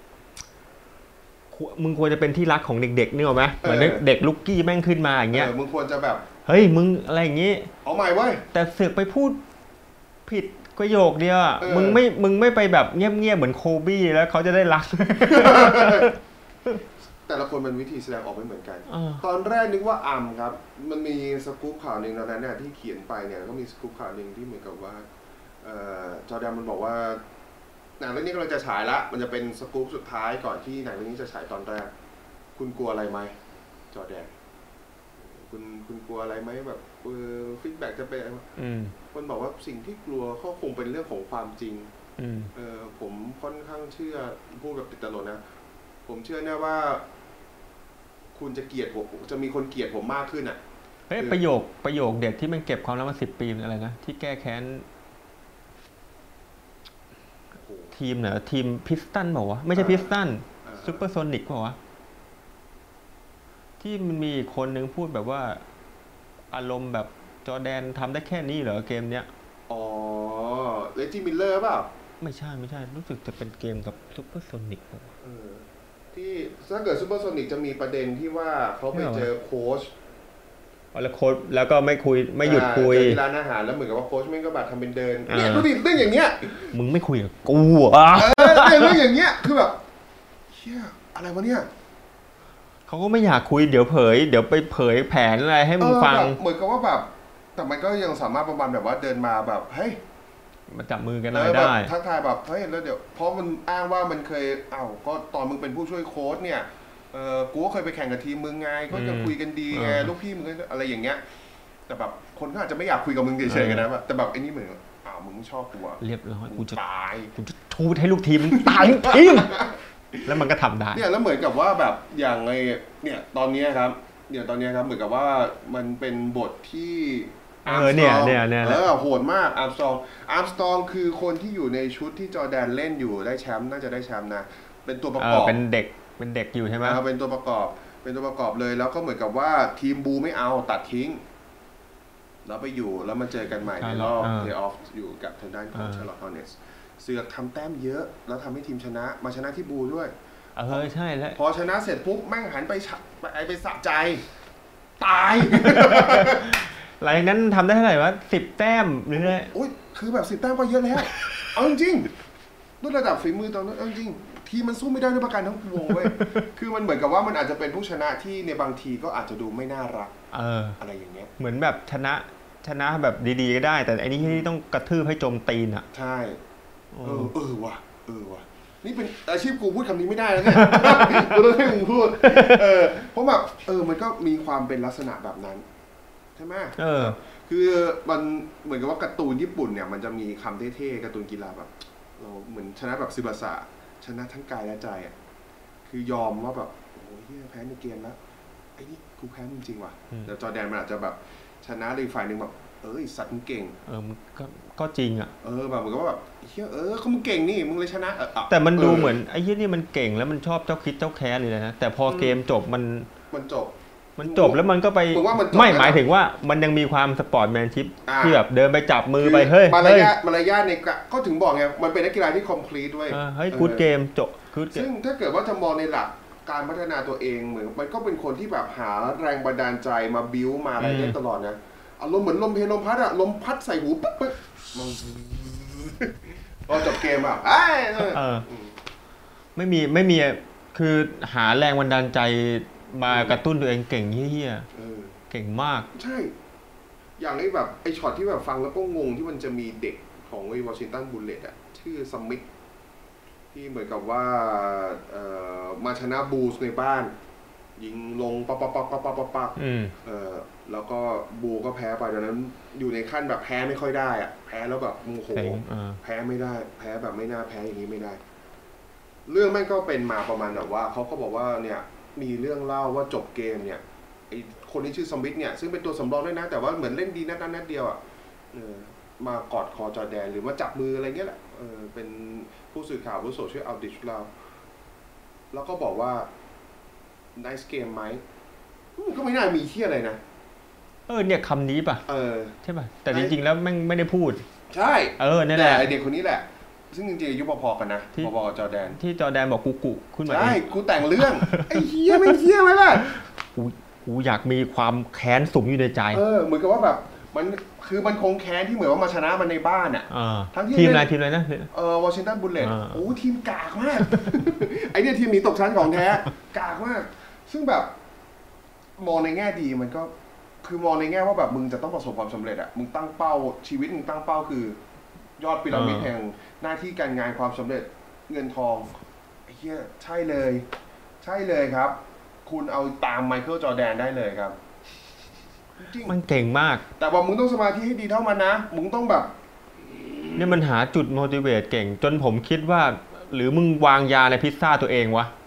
มึงควรจะเป็นที่รักของเด็กๆนี่หรอไหมเหมือนเด็กลุกกี้แม่งขึ้นมาอย่างเงี้ยมึงควรจะแบบเฮ้ยมึงอะไรอย่างงี้เอาใหม่เว้ยแต่เสือกไปพูดผิดประโยคเดียวมึงไม่ไปแบบเงียบๆเหมือนโคบี้แล้วเขาจะได้รักแต่ละคนมันวิธีแสดงออกไม่เหมือนกันตอนแรกนึกว่าอัมครับมันมีสกู๊ปข่าวหนึ่งตอนนั้นเนี่ยที่เขียนไปเนี่ยก็มีสกู๊ปข่าวหนึ่งที่เหมือนกับว่าจอร์แดนมันบอกว่าหนังเรื่องนี้กำลังจะฉายละมันจะเป็นสกู๊ปสุดท้ายก่อนที่หนังเรื่องนี้จะฉายตอนแรกคุณกลัวอะไรไหมจอร์แดนคุณกลัวอะไรไหมแบบฟีดแบ็กจะเป็นคนบอกว่าสิ่งที่กลัวก็คงเป็นเรื่องของความจริงผมค่อนข้างเชื่อพูดแบบติดตลกนะผมเชื่อแน่ว่าคุณจะเกลียดผมจะมีคนเกลียดผมมากขึ้นอ่ะประโยคเด็ดที่มันเก็บความลับมา10 ปีอะไรนะที่แก้แค้นทีมเหรอทีมพิสตันบอกว่าไม่ใช่พิสตันซูเปอร์โซนิกบอกว่าที่มันมีคนนึงพูดแบบว่าอารมณ์แบบจอร์แดนทำได้แค่นี้เหรอเกมเนี้ยเลจิมิลเลอร์เปล่าไม่ใช่รู้สึกจะเป็นเกมกับซูเปอร์โซนิกที่ถ้าเกิดซูเปอร์โซนิกจะมีประเด็นที่ว่าเขาไปเจอโค้ชแล้วก็ไม่คุยไม่หยุดคุยที่ร้านอาหารแล้วเหมือนกับว่าโค้ชแม่งก็แบบทำเป็นเดินเนี่ยดูดิเรื่องอย่างเงี้ยมึงไม่คุยกับกูอ่ะเรื่องอย่างเงี้ยคือแบบเชี่ยอะไรวะเนี่ยเขาก็ไม่อยากคุยเดี๋ยวไปเผยแผนอะไรให้มึงฟังเหมือนกับว่าแบบแต่มันก็ยังสามารถประมาณแบบว่าเดินมาแบบเฮ้ยมาจับมือกันอะไรได้ทักทายแบบเฮ้ยแล้วเดี๋ยวเพราะมันอ้างว่ามันเคยก็ตอนมึงเป็นผู้ช่วยโค้ชเนี่ยกูก็เคยไปแข่งกับทีมมึงไงก็จะคุยกันดีไงลูกพี่มึงอะไรอย่างเงี้ยแต่แบบคนก็อาจจะไม่อยากคุยกับมึงเฉยๆกันนะแต่แบบไอ้นี่เหมือนมึงชอบกูเรียบร้อยกูจะตายกูจะทูให้ลูกทีมมึงตายทีมแล้วมันก็ทำได้เนี่ยแล้วเหมือนกับว่าแบบอย่างไงเนี่ยตอนนี้ครับเหมือนกับว่ามันเป็นบทที่เนี่ยโหดมากอาร์มสตรองคือคนที่อยู่ในชุดที่จอร์แดนเล่นอยู่ได้แชมป์น่าจะได้แชมป์นะเป็นตัวประกอบเป็นเด็กอยู่ใช่ไหมเป็นตัวประกอบเลยแล้วก็เหมือนกับว่าทีมบูไม่เอาตัดทิ้งแล้วไปอยู่แล้วมาเจอกันใหม่ในรอบเพลย์ออฟอยู่กับทางด้านของชาร์ลอตต์ ฮอร์เนตส์เสือกทำแต้มเยอะแล้วทำให้ทีมชนะมาชนะที่บูด้วยใช่แล้วพอชนะเสร็จปุ๊บแม่งหันไปสะใจตายหลังจากนั้นทำได้เท่าไหร่วะ10 แต้มหรือไงโอ้ยคือแบบ10 แต้มก็เยอะแล้วเอาจริงด้วยระดับฝีมือตอนนั้นเอาจริงทีมันสู้ไม่ได้ด้วยประการทั้งปวงเว้ยคือมันเหมือนกับว่ามันอาจจะเป็นผู้ชนะที่ในบางทีก็อาจจะดูไม่น่ารักอะไรอย่างเงี้ยเหมือนแบบชนะแบบดีๆก็ได้แต่อันนี้ที่ต้องกระทืบให้จมตีนอ่ะใช่ว่ะนี่เป็นอาชีพกูพูดคำนี้ไม่ได้แล้วเนี่ยกูต้องให้มึงพูดเพราะแบบมันก็มีความเป็นลักษณะแบบนั้นใช่ไหมคือมันเหมือนกับว่าการ์ตูนญี่ปุ่นเนี่ยมันจะมีคำเท่ๆการ์ตูนกีฬาแบบเราเหมือนชนะแบบซึบาสะชนะทั้งกายและใจอ่ะคือยอมว่าแบบโอ้ยแพ้ในเกมแล้วไอ้นี่กูแพ้จริงๆว่ะแต่จอร์แดนมันอาจจะแบบชนะอีกฝ่ายนึงแบบสัตว์มึงเก่งมันก็จริงอ่ะแบบเหมือนกับว่าแบบเฮ้ยเขามึงเก่งนี่มึงเลยชนะแต่มันดูเหมือนไอ้เหี้ยนี่มันเก่งแล้วมันชอบเจ้าคิดเจ้าแค้นเลยนะแต่พอเกมจบมันจบแล้วมันก็ไปไม่หมายถึงว่ามันยังมีความสปอร์ตแมนชิพที่แบบเดินไปจับมือไปเฮ้ยมารยาทในก็ถึงบอกไงมันเป็นนักกีฬาที่คอมพลีทด้วยเฮ้ยกูดเกมจบซึ่งถ้าเกิดว่าจะมองในหลักการพัฒนาตัวเองเหมือนมันก็เป็นคนที่แบบหาแรงบันดาลใจมาบิ้วมาอะไรได้ตลอดนะอารมณ์เหมือนลมเพลลมพัดอะลมพัดใส่หูปึ๊บพอจบเกมอะไม่มีคือหาแรงบันดาลใจมากระตุ้นตัวเองเก่งเหี้ยเก่งมากใช่อย่างแบบไอช็อตที่แบบฟังแล้วก็งงที่มันจะมีเด็กของวอชิงตันบุลเลตอะชื่อสมิธที่เหมือนกับว่ามาชนะบูสในบ้านยิงลงปักแล้วก็บูก็แพ้ไปดังนั้นอยู่ในขั้นแบบแพ้ไม่ค่อยได้อะแพ้แล้วแบบโมโหแพ้ไม่ได้แพ้แบบไม่น่าแพ้อย่างนี้ไม่ได้เรื่องแม่งก็เป็นมาประมาณแบบว่าเขาก็บอกว่าเนี่ยมีเรื่องเล่าว่าจบเกมเนี่ยไอคนที่ชื่อสมิธเนี่ยซึ่งเป็นตัวสำรองด้วยนะแต่ว่าเหมือนเล่นดีนัดเดียวอ่ะมากอดคอจอร์แดนหรือมาจับมืออะไรเงี้ยแหละเป็นผู้สื่อข่าวผู้โซเชียลเอาดิชเราแล้วก็บอกว่า nice game ไหมก็ไม่น่ามีเที่ยอะไรนะเนี่ยคำนี้ป่ะใช่ป่ะแต่จริงๆแล้วไม่ได้พูดใช่นั่นแหละไอเด็กคนนี้แหละซึ่งจริงๆอายุพอๆกันนะพอๆกับจอร์แดนที่จอร์แดนบอกกูขึ้นมาใช่กูแต่งเรื่องไอ้เหี้ยไม่เหี้ยไหมล่ะกูอยากมีความแค้นสุมอยู่ในใจเหมือนกับว่าแบบมันคงแค้นที่เหมือนว่ามาชนะมันในบ้านอ่ะทั้งทีมอะไรนะวอชิงตันบุลเลตโอ้ทีมกากมากไอเนี่ยทีมนี้ตกชั้นของแท้กากมากซึ่งแบบมองในแง่ดีมันก็คือมองในแง่ว่าแบบมึงจะต้องประสบความสำเร็จอ่ะมึงตั้งเป้าชีวิตมึงตั้งเป้าคือยอดพีระมิดแห่งหน้าที่การงานความสำเร็จเงินทองไอ้เหี้ยใช่เลยครับคุณเอาตามไมเคิลจอร์แดนได้เลยครับมันเก่งมากแต่ว่ามึงต้องสมาธิให้ดีเท่ามันนะมึงต้องแบบนี่มันหาจุด motivate เก่งจนผมคิดว่าหรือมึงวางยาในพิซซ่าตัวเองวะ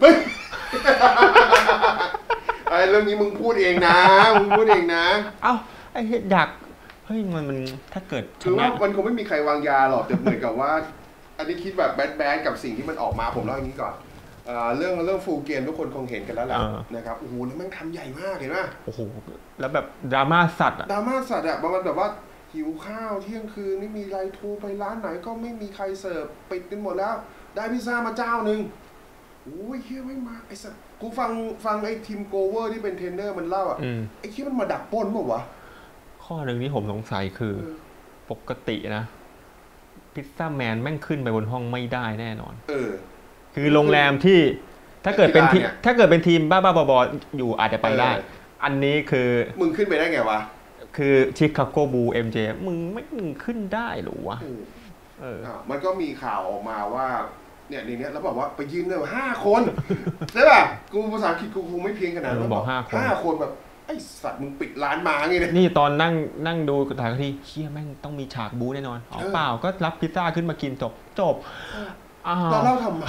ไอ้เรื่องนี้มึงพูดเองนะเอ้าไอ้อยากเฮ้ยมันถ้าเกิดคือว่ามันคงไม่มีใครวางยาหรอกแต่เหมือนกับว่าอันนี้คิดแบบแบดกับสิ่งที่มันออกมาผมเล่าอย่างนี้ก่อนเรื่องฟูลเกมทุกคนคงเห็นกันแล้วแหละนะครับโอ้โหแล้วแม่งทำใหญ่มากเห็นไหมโอ้โหแล้วแบบดราม่าสัตว์ประมาณแบบว่าหิวข้าวเที่ยงคืนนี่มีไลน์โทรไปร้านไหนก็ไม่มีใครเสิร์ฟปิดกันหมดแล้วได้พิซซ่ามาเจ้านึงโอ้ยเฮียไม่มาไอ้สัตว์กูฟังไอ้ทีมโกเวอร์ที่เป็นเทรนเนอร์มันเล่าไอ้เฮียมันมาดักปล้นป่ะวะข้อหนึ่งที่ผมสงสัยคือปกตินะพิซซ่าแมนแม่งขึ้นไปบนห้องไม่ได้แน่นอนคือโรงแรมที่ถ้าเกิดเป็นทีมบ้าๆบอๆอยู่อาจจะไปได้อันนี้คือมึงขึ้นไปได้ไงวะคือชิคาโกบูล MJ มึงขึ้นได้หรือวะมันก็มีข่าวออกมาว่าเนี่ยในนี้แล้วบอกว่าไปยืนเลย5 คนใช่ป่ะกูภาษาอังกฤษกูคงไม่เพียงขนาดนั้นบอก5 คนแบบไอ้สัตว์มึงปิดร้านมาไงเนี่ยนี่ตอนนั่งดูถ่ายที่เชี่ยแม่งต้องมีฉากบู๊แน่นอนเปล่าก็รับพิซซ่าขึ้นมากินจบเราเล่าทำไม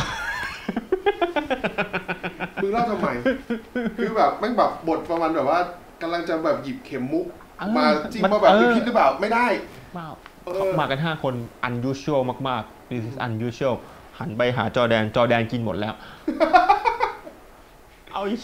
มึงเล่าทำไมคือแบบแม่งแบบบทประมาณแบบว่ากำลังจะแบบหยิบเข็มมุกมาจิ้มมาแบบพิษหรือเปล่าไม่ได้มากัน5 คน unusual มากๆ this is unusual หันไปหาจอร์แดนกินหมดแล้วเอาอีก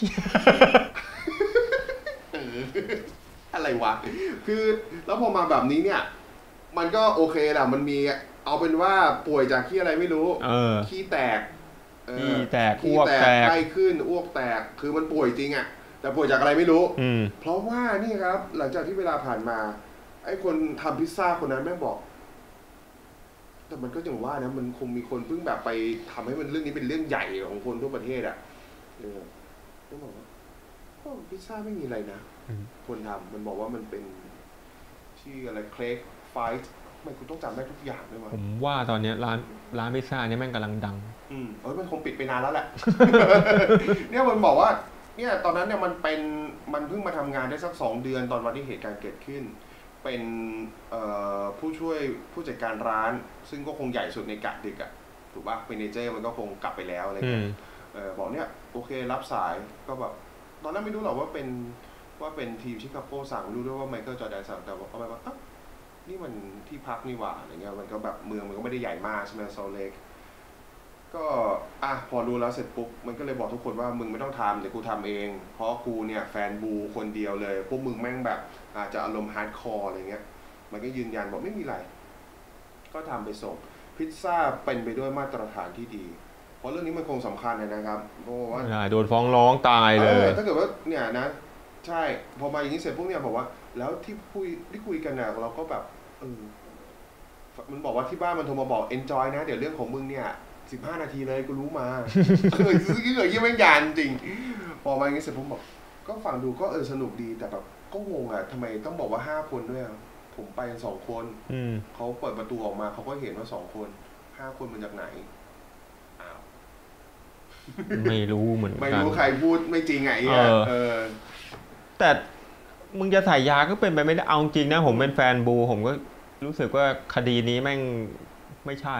อะไรวะคือแล้วพอมาแบบนี้เนี่ยมันก็โอเคแหละมันมีเอาเป็นว่าป่วยจากขี้อะไรไม่รู้ขี้แตกอ้วกแตกไข้ขึ้นอ้วกแตกคือมันป่วยจริงอ่ะแต่ป่วยจากอะไรไม่รู้เพราะว่านี่ครับหลังจากที่เวลาผ่านมาไอ้คนทำพิซซ่าคนนั้นแม่งบอกแต่มันก็อย่างว่านะมันคงมีคนเพิ่งแบบไปทำให้มันเรื่องนี้เป็นเรื่องใหญ่ของคนทั่วประเทศอ่ะก็บอกว่าพิซซ่าไม่มีอะไรนะคนทำมันบอกว่ามันเป็นที่อะไรเครกไฟท์ไม่คุณต้องจำได้ทุกอย่างด้วยมั้ยผมว่าตอนนี้ร้านพิซซ่าเนี่ยแม่งกำลังดังมันคงปิดไปนานแล้วแหละ เนี่ยมันบอกว่าเนี่ยตอนนั้นเนี่ยมันเพิ่งมาทำงานได้สัก2 เดือนตอนวันที่เหตุการณ์เกิดขึ้นเป็นผู้ช่วยผู้จัดการร้านซึ่งก็คงใหญ่สุดในกะดึกอ่ะถูกป่ะเมเนเจอร์มันก็คงกลับไปแล้วอะไรเงี้ยบอกเนี่ยโอเครับสายก็แบบตอนนั้นไม่รู้หรอกว่าเป็นทีมชิคาโกสั่งรู้ด้วยว่าไมเคิลจอร์แดนสั่งแต่บอกเขาไปว่านี่มันที่พักนี่หว่าอะไรเงี้ยมันก็แบบเมืองมันก็ไม่ได้ใหญ่มากใช่ไหมโซเล็กก็พอรู้แล้วเสร็จปุ๊บมันก็เลยบอกทุกคนว่ามึงไม่ต้องทำเดี๋ยวกูทำเองเพราะกูเนี่ยแฟนบูคนเดียวเลยพวกมึงแม่งแบบอาจจะอารมณ์ฮาร์ดคอร์อะไรเงี้ยมันก็ยืนยันบอกไม่มีไรก็ทำไปส่งพิซซ่าเป็นไปด้วยมาตรฐานที่ดีเพราะเรื่องนี้มันคงสำคัญนะครับเพราะว่าโดนฟ้องร้องตายเลยถ้าเกิดว่าเนี่ยนะใช่พอมาอย่างนี้เสร็จพวกเนี่ยบอกว่าแล้วที่คุยกันเนี่ยเราก็แบบมันบอกว่าที่บ้านมันโทรมาบอก enjoy นะเดี๋ยวเรื่องของมึงเนี่ย15 นาทีเลยกูรู้มายิ่งแม่งยานจริงพอมาอย่างนี้เสร็จผมบอกก็ฟังดูก็สนุกดีแต่แบบก็งงอ่ะทำไมต้องบอกว่า5 คนด้วยผมไปกัน2 คนเขาเปิดประตูออกมาเขาก็เห็นว่า2 คน5 คนมาจากไหนไม่รู้เหมือนกันไม่รู้ใครพูดไม่จริงไงแต่มึงจะใส่ยาก็เป็นไปไม่ได้เอาจริงนะผมเป็นแฟนบูผมก็รู้สึกว่าคดีนี้แม่งไม่ใช่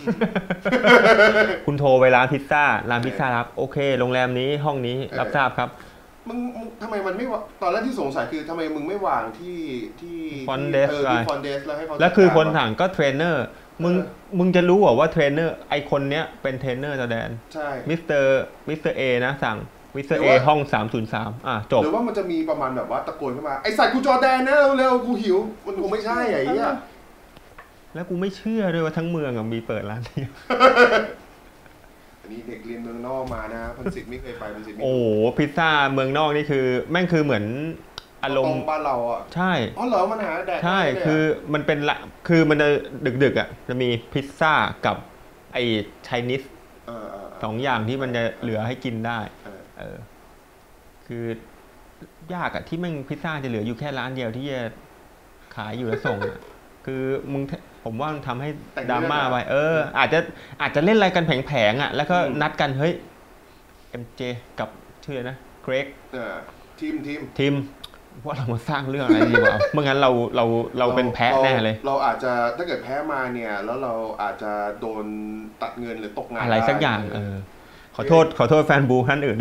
คุณโทรไปร้านพิซซ่ารับโอเคโรงแรมนี้ห้องนี้รับทราบครับมึงทำไมมันไม่ตอนแรกที่สงสัยคือทำไมมึงไม่วางที่ฟอนเดสแล้วให้เขาแล้วคือคนถังก็เทรนเนอร์มึงจะรู้ว่าเทรนเนอร์ไอคนเนี้ยเป็นเทรนเนอร์จอแดนใช่มิสเตอร์เอนะสั่งมิสเตอร์เอห้อง303จบหรือว่ามันจะมีประมาณแบบว่าตะโกนขึ้นมาไอสัตว์กูจอแดนนะเร็วกูหิวมันคงไม่ใช่ไอ้เหี้ยแล้วกูไม่เชื่อด้วยว่าทั้งเมืองมีเปิดร้านนี้อันนี้เด็กเรียนเมืองนอกมานะพันศิษย์ไม่เคยไปพันศิษย์โอ้พิซซ่าเมืองนอกนี่คือแม่งคือเหมือนอารมณ์บ้านเราอ่ะใช่เหรอมันหาแดกใช่คือมันเป็นคือมันจะดึกอ่ะจะมีพิซซ่ากับไอ้ไชนีส2 อย่างที่มันจะเหลือให้กินได้คือยากอ่ะที่แม่งพิซซ่าจะเหลืออยู่แค่ร้านเดียวที่จะขายอยู่แล้วส่งคือผมว่ามันทำให้ดราม่าไปอาจจะเล่นอะไรกันแผงๆอ่ะแล้วก็นัดกันเฮ้ย MJ กับชื่อนะเกรกทีมว่าเรามาสร้างเรื่องอะไรดีกว่าเมื่องั้นเราเป็นแพ้แน่เลยเราอาจจะถ้าเกิดแพ้มาเนี่ยแล้วเราอาจจะโดนตัดเงินหรือตกงานอะไรสักอย่างขอโทษแฟนบูท่านอื่น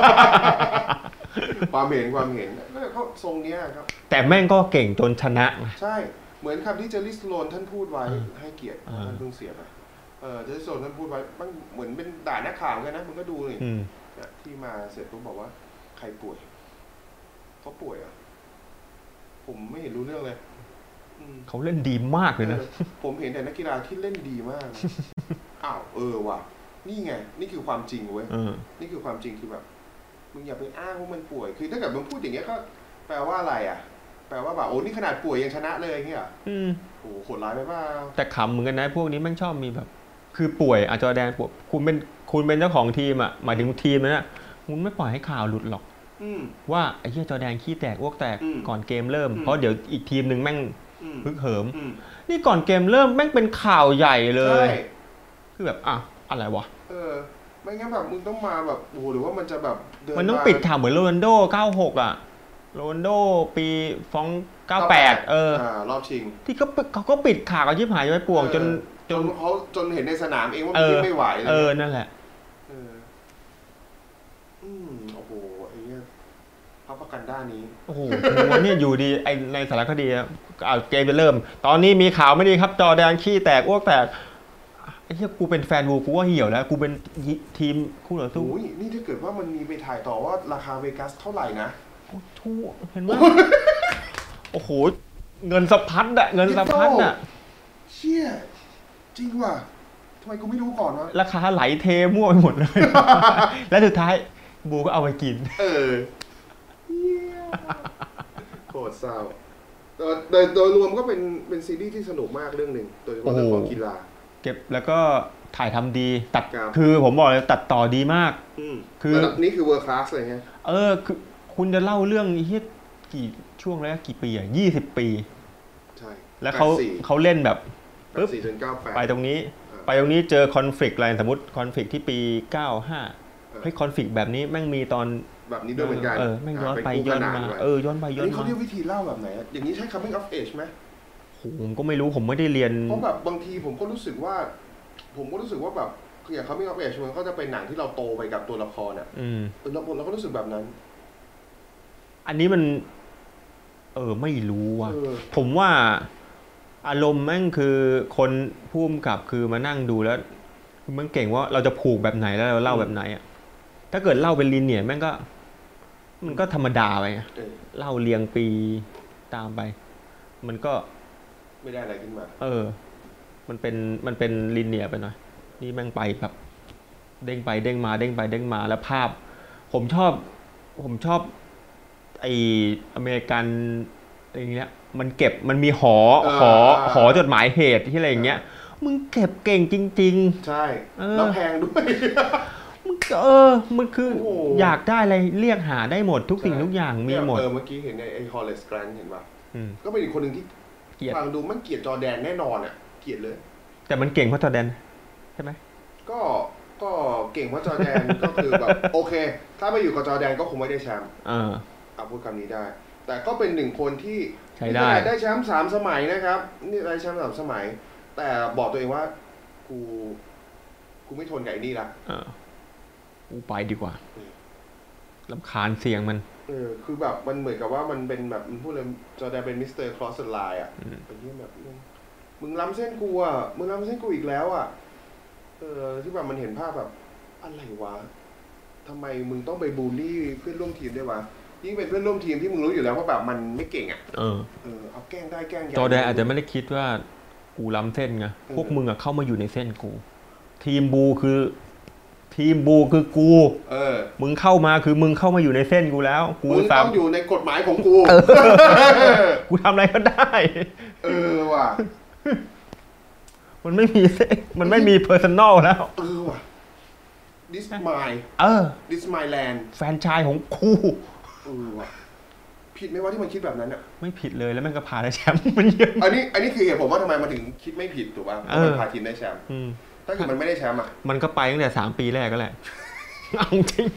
ความเห็นก็ทรงเนี้ยครับแต่แม่งก็เก่งจนชนะใช่เหมือนคำที่เจอริสโลนท่านพูดไว้ให้เกียรติท่านเพิ่งเสียไปเจอริสโลนท่านพูดไว้มันเหมือนเป็นด่านักข่าวกันนะมึงก็ดูเลยที่มาเสร็จปุ๊บบอกว่าใครป่วยเขาป่วยอ่ะผมไม่เห็นรู้เรื่องเลยเขาเล่นดีมากเลยนะผมเห็นแต่นักกีฬาที่เล่นดีมากอ้าวว่ะนี่ไงนี่คือความจริงเว้ยนี่คือความจริงคือแบบมึงอย่าไปอ้างว่ามันป่วยคือถ้าเกิดมึงพูดอย่างเงี้ยก็แปลว่าอะไรอ่ะแปลว่าแบบโอ้นี่ขนาดป่วยยังชนะเลยอย่างเงี้ยโอ้โหดร้ายไปเปล่าแต่ขำเหมือนกันนะพวกนี้แม่งชอบมีแบบคือป่วยจอแดนป่วยคุณเป็นเจ้าของทีมอ่ะหมายถึงทีมนะคุณไม่ปล่อยให้ข่าวหลุดหรอกว่าไอ้เหี้ยจอแดนขี้แตกอ้วกแตกก่อนเกมเริ่มเพราะเดี๋ยวอีกทีมนึงแม่งฮึกเหิมนี่ก่อนเกมเริ่มแม่งเป็นข่าวใหญ่เลยคือแบบอะไรวะไม่งั้นแบบมึงต้องมาแบบโอ้หรือว่ามันจะแบบมันต้องปิดข่าวเหมือนโรนัลโด96อ่ะโรนัลโดปีฟ้อง98 รอบชิงที่เขาก็ปิดข่าวกันชิบหายไว้ป่วงจนเขาจนเห็นในสนามเองว่ามันไม่ไหวนั่นแหละโอ้โหไอ้เนี่ยพับประกันด้านนี้โอ้โหวันนี้อยู่ดีในสารคดีเกมจะเริ่มตอนนี้มีข่าวไม่ดีครับจอแดนขี้แตกอ้วกแตกไอ้เหี้ยกูเป็นแฟนวูกูว่าเหี่ยวแล้วกูเป็นทีมคู่ต่อสู้นี่ถ้าเกิดว่ามันมีไปถ่ายต่อว่าราคาเวกัสเท่าไหร่นะทั่วเห็นไหมโอ้โหเงินสะพัดอ่ะเชี่ยจริงว่ะทำไมกูไม่รู้ก่อนวะราคาไหลเทมั่วไปหมดเลยและสุดท้ายบูก็เอาไปกินโคตรเศร้าโดยรวมก็เป็นซีรีส์ที่สนุกมากเรื่องหนึ่งโดยเฉพาะเรื่องของกีฬาเก็บแล้วก็ถ่ายทำดีตัดคือผมบอกเลยตัดต่อดีมากคือนี่คือเวอร์คลาสเลยไงคือคุณจะเล่าเรื่องเฮียกี่ช่วงแล้วกี่ปีอ่ะ20 ปีใช่แล้วเขาเล่นแบบปึ๊บไปตรงนี้เจอคอนฟลิกต์อะไรสมมติคอนฟลิกต์ที่ปี95เฮ้ยคอนฟลิกต์แบบนี้แม่งมีตอนแบบนี้ด้วยเหมือนกันแม่งย้อนไปย้อนมาย้อนไปย้อนมาเขาเรียกวิธีเล่าแบบไหนอย่างนี้ใช้ coming of age ไหมผมก็ไม่รู้ผมไม่ได้เรียนเพราะแบบบางทีผมก็รู้สึกว่าแบบอย่าง coming of age มันก็จะเป็นหนังที่เราโตไปกับตัวละครอ่ะเราก็รู้สึกแบบนั้นอันนี้มันไม่รู้ว่ะผมว่าอารมณ์แม่งคือคนพุ่มกับคือมานั่งดูแล้วมันเก่งว่าเราจะผูกแบบไหนแล้วเราเล่าแบบไหนอ่ะถ้าเกิดเล่าเป็นลินเนี่ยแม่งก็มันก็ธรรมดาไปเล่าเรียงปีตามไปมันก็ไม่ได้อะไรขึ้นมามันเป็นลินเนียไปหน่อยนี่แม่งไปแบบเด้งไปเด้งมาเด้งไปเด้งมาแล้วภาพผมชอบไออเมริกันอย่างเงี้ยมันเก็บมันมีหอจดหมายเหตุที่อะไรอย่างเงี้ยมึงเก็บเก่งจริงๆใช่แล้วแพงด้วยมันคืออยากได้อะไรเรียกหาได้หมดทุกสิ่งทุกอย่างมีหมดเมื่อกี้เห็นไอ้ฮอลเลสแกรนเห็นป่ะก็เป็นอีกคนหนึ่งที่ฟังดูมันเกลียดจอร์แดนแน่นอนอ่ะเกลียดเลยแต่มันเก่งเพราะจอร์แดนใช่ไหมก็เก่งเพราะจอร์แดนก็คือแบบโอเคถ้าไปอยู่กับจอร์แดนก็คงไม่ได้แชมป์พูดคำนี้ได้แต่ก็เป็นหนึ่งคนที่ได้แชมป์3 สมัยนะครับนี่ได้แชมป์3 สมัยแต่บอกตัวเองว่ากูไม่ทนกับไอ้นี่ละกูไปดีกว่า รำคาญเสียงมันคือแบบมันเหมือนกับว่ามันเป็นแบบมันพูดเลยจอร์แดนเป็นมิสเตอร์ครอสไลน์อ่ะเป็นที่แบบมึงล้ำเส้นกูอ่ะมึงล้ำเส้นกูอีกแล้วอ่ะที่แบบมันเห็นภาพแบบอะไรวะทำไมมึงต้องไปบูลลี่เพื่อนร่วมทีมด้วยวะยิ่งเป็นเพื่อนร่วมทีมที่มึงรู้อยู่แล้วว่าแบบมันไม่เก่งอ่ะเอาแกล้งได้แกล้งจอร์แดนอาจจะไม่ได้คิดว่ากูล้ำเส้นไงพวกมึงอ่ะเข้ามาอยู่ในเส้นกูทีมบูคือกูมึงเข้ามาคือมึงเข้ามาอยู่ในเส้นกูแล้วกูต้องอยู่ในกฎหมายของกูกูทำอะไรก็ได้ว่ะมันไม่มีเส้นมันไม่มี personal แล้วว่ะ this my this my land แฟนชายของกูว่ะผิดไหมว่าที่มันคิดแบบนั้นอ่ะไม่ผิดเลยแล้วมันก็พาได้แชมป์มันเยอะอันนี้คือเหตุผลว่าทำไมมันถึงคิดไม่ผิดถูกป่ะมันพาทีมได้แชมป์ถ้าเกิดมันไม่ได้แชมป์อ่ะมันก็ไปตั้งแต่3 ปีแรกก็แหละเอาจริง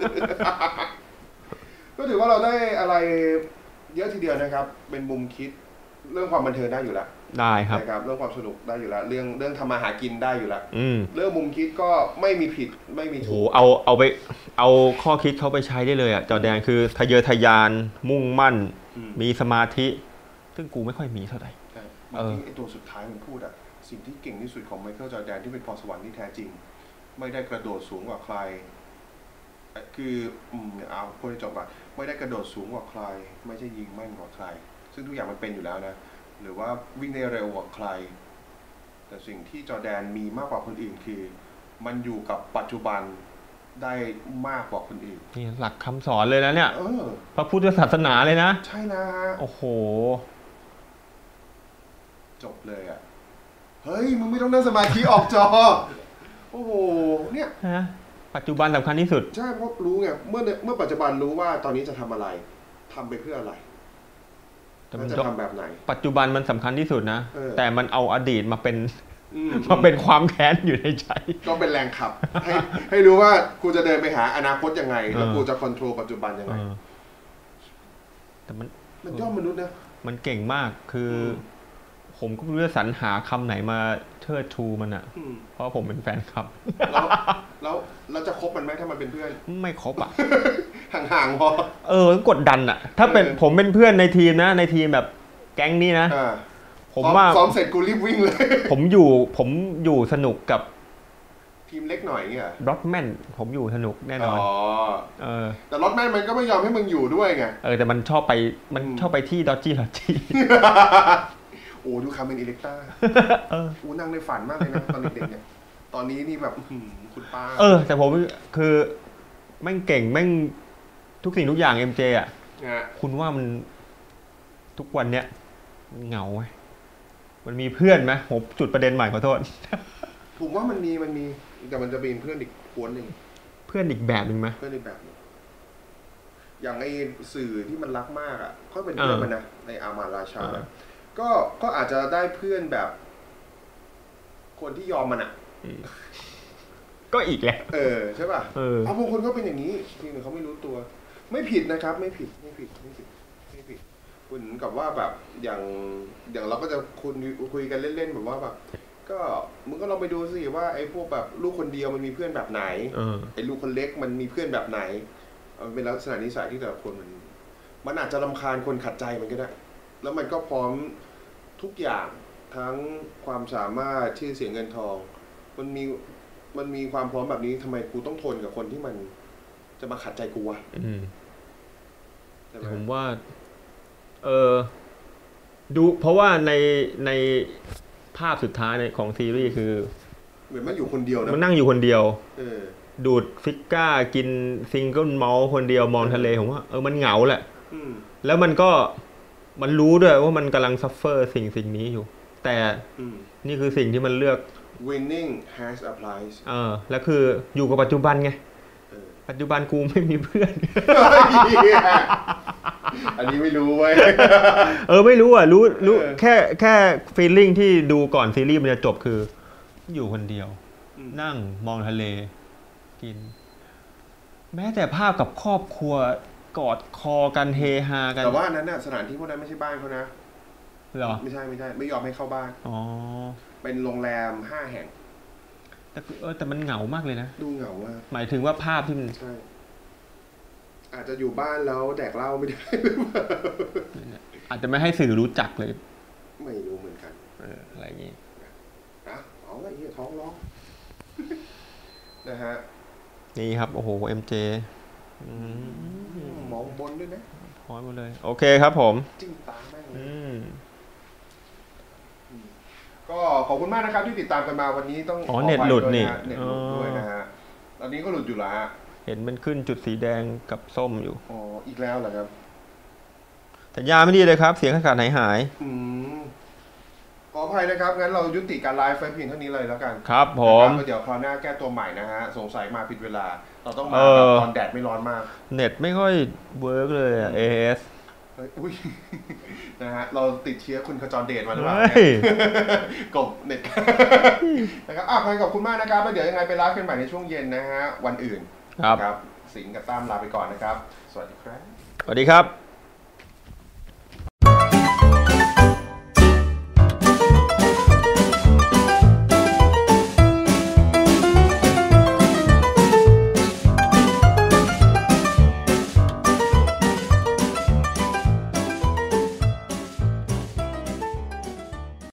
ก็ถือว่าเราได้อะไรเยอะทีเดียวนะครับเป็นมุมคิดเรื่องความบันเทิงได้อยู่แล้วได้ครับนะครับเรื่องความสนุกได้อยู่แล้วเรื่องทำมาหากินได้อยู่แล้วเรื่องมุมคิดก็ไม่มีผิดไม่มีถูกเอาข้อคิดเขาไปใช้ได้เลยอ่ะจอร์แดนคือทะเยอทะยานมุ่งมั่นมีสมาธิซึ่งกูไม่ค่อยมีเท่าไหร่ไอ้ตัวสุดท้ายมันพูดอ่ะสิ่งที่เก่งที่สุดของไมเคิลจอร์แดนที่เป็นพรสวรรค์ที่แท้จริงไม่ได้กระโดดสูงกว่าใครคือเอาพูดให้จบก่อนไม่ได้กระโดดสูงกว่าใครไม่ใช่ยิงแม่นกว่าใครซึ่งทุกอย่างมันเป็นอยู่แล้วนะหรือว่าวิ่งได้เร็วกว่าใครแต่สิ่งที่จอร์แดนมีมากกว่าคนอื่นคือมันอยู่กับปัจจุบันได้มากกว่าคนอื่นนี่หลักคำสอนเลยนะเนี่ยพระพุทธศาสนาเลยนะใช่นะโอ้โหจบเลยอ่ะเฮ้ยมึงไม่ต้องนั่งสมาธิออกจอโอ้โหเนี่ยปัจจุบันสำคัญที่สุดใช่เพราะรู้ไงเมื่อปัจจุบันรู้ว่าตอนนี้จะทำอะไรทำไปเพื่ออะไรจะทำแบบไหนปัจจุบันมันสำคัญที่สุดนะแต่มันเอาอดีตมาเป็นความแค้นอยู่ในใจก็เป็นแรงขับให้รู้ว่ากูจะเดินไปหาอนาคตยังไงแล้วกูจะควบคุมปัจจุบันยังไงแต่มันยอดมนุษย์นะมันเก่งมากคือผมก็ไม่รู้จะสรรหาคำไหนมาเชิดชูมันอ่ะเพราะผมเป็นแฟนคลับแล้วจะคบมันไหมถ้ามันเป็นเพื่อนไม่คบอ่ะห่างๆพอกดดันอ่ะถ้าเป็นผมเป็นเพื่อนในทีมนะในทีมแบบแก๊งนี้นะผมว่าซ้อมเสร็จกูรีบวิ่งเลยผมอยู่สนุกกับทีมเล็กหน่อยเนี่ยรอดแมนผมอยู่สนุกแน่นอนแต่รอดแมนมันก็ไม่ยอมให้มึงอยู่ด้วยไงแต่มันชอบไปที่ดอจจี้โอ้ดูคาร์เมนอิเล็กต้านั่งในฝันมากเลยนะตอนเด็กๆเนี่ยตอนนี้นี่แบบคุณป้าแต่ผมคือแม่งเก่งแม่งทุกสิ่งทุกอย่าง MJ อ่ะคุณว่ามันทุกวันเนี้ยเหงาไหมมันมีเพื่อนไหมผมจุดประเด็นใหม่ขอโทษผมว่ามันมีแต่มันจะเป็นเพื่อนอีกกวนหนึ่งเพื่อนอีกแบบหนึ่งไหมเพื่อนอีกแบบนึงอย่างไอ้สื่อที่มันรักมากอ่ะก็เป็นเพื่อนมันนะในอามาราชาก็อาจจะได้เพื่อนแบบคนที่ยอมมันอ่ะก็อีกแล้วใช่ป่ะบางคนก็เป็นอย่างนี้ทีนึงเขาไม่รู้ตัวไม่ผิดนะครับไม่ผิดคุณกับว่าแบบอย่างเราก็จะคุยกันเล่นๆแบบว่าแบบก็มึงก็ลองไปดูสิว่าไอ้พวกแบบลูกคนเดียวมันมีเพื่อนแบบไหนไอ้ลูกคนเล็กมันมีเพื่อนแบบไหนมันเป็นลักษณะนิสัยที่แต่ละคนมันอาจจะรำคาญคนขัดใจมันก็ได้แล้วมันก็พร้อมทุกอย่างทั้งความสามารถชื่อเสียงเงินทองมันมีความพร้อมแบบนี้ทำไมกูต้องทนกับคนที่มันจะมาขัดใจกูวะผมว่าดูเพราะว่าในภาพสุดท้ายในของซีรีส์คือเหมือนมันอยู่คนเดียวนะมันนั่งอยู่คนเดียวดูดฟิกก้ากินซิงเกิลมอลคนเดียวมองทะเลผมว่ามันเหงาแหละแล้วมันรู้ด้วยว่ามันกำลังซัฟเฟอร์สิ่งนี้อยู่แต่นี่คือสิ่งที่มันเลือก winning has a price แล้วคืออยู่กับปัจจุบันไงปัจจุบันกูไม่มีเพื่อนอันนี้ไม่รู้เว้ยไม่รู้รู้แค่ฟีลลิ่งที่ดูก่อนซีรีส์มันจะจบคืออยู่คนเดียวนั่งมองทะเลกินแม้แต่ภาพกับครอบครัวกอดคอกันเฮฮากันแต่ว่านั้นน่ะสถานที่พวกนั้นไม่ใช่บ้านเขานะเหรอไม่ใช่ไม่ยอมให้เข้าบ้านเป็นโรงแรม5 แห่งแต่มันเหงามากเลยนะดูเหงามากหมายถึงว่าภาพที่มันใช่อาจจะอยู่บ้านแล้วแดกเหล้าไม่ได้อาจจะไม่ให้สื่อรู้จักเลยไม่รู้เหมือนกันอะไรอย่างงี้เอาไอ้เหี้ยท้องร้องนะฮะนี่ครับโอ้โห MJ มองบนด้วยนะพอยหมดเลยโอเคครับผมจิ้มตาแม่งก็ขอบคุณมากนะครับที่ติดตามกันมาวันนี้ต้องเน็ตหลุดนี่เน็ตหลุดด้วยนะฮะตอนนี้ก็หลุดอยู่แล้วฮะเห็นมันขึ้นจุดสีแดงกับส้มอยู่อีกแล้วเหรอครับสัญญาไม่ดีเลยครับเสียงขาดหายขออภัยนะครับงั้นเรายุติการไลฟ์เพียงเท่านี้เลยแล้วกันครับผมเดี๋ยวคราวหน้าแก้ตัวใหม่นะฮะสงสัยมาผิดเวลาเราต้องมาตอนแดดไม่ร้อนมากเน็ตไม่ค่อยเวิร์กเลย AS อุ้ยนะฮะเราติดเชื้อคุณขจรเดชมาหรือเปล่ากบเน็ตนะครับขอบคุณมากนะครับแล้วเดี๋ยวยังไงไปไลฟ์กันใหม่ในช่วงเย็นนะฮะวันอื่นครับสิงห์กับตั้มลาไปก่อนนะครับสวัสดีครับสวัสดีครับ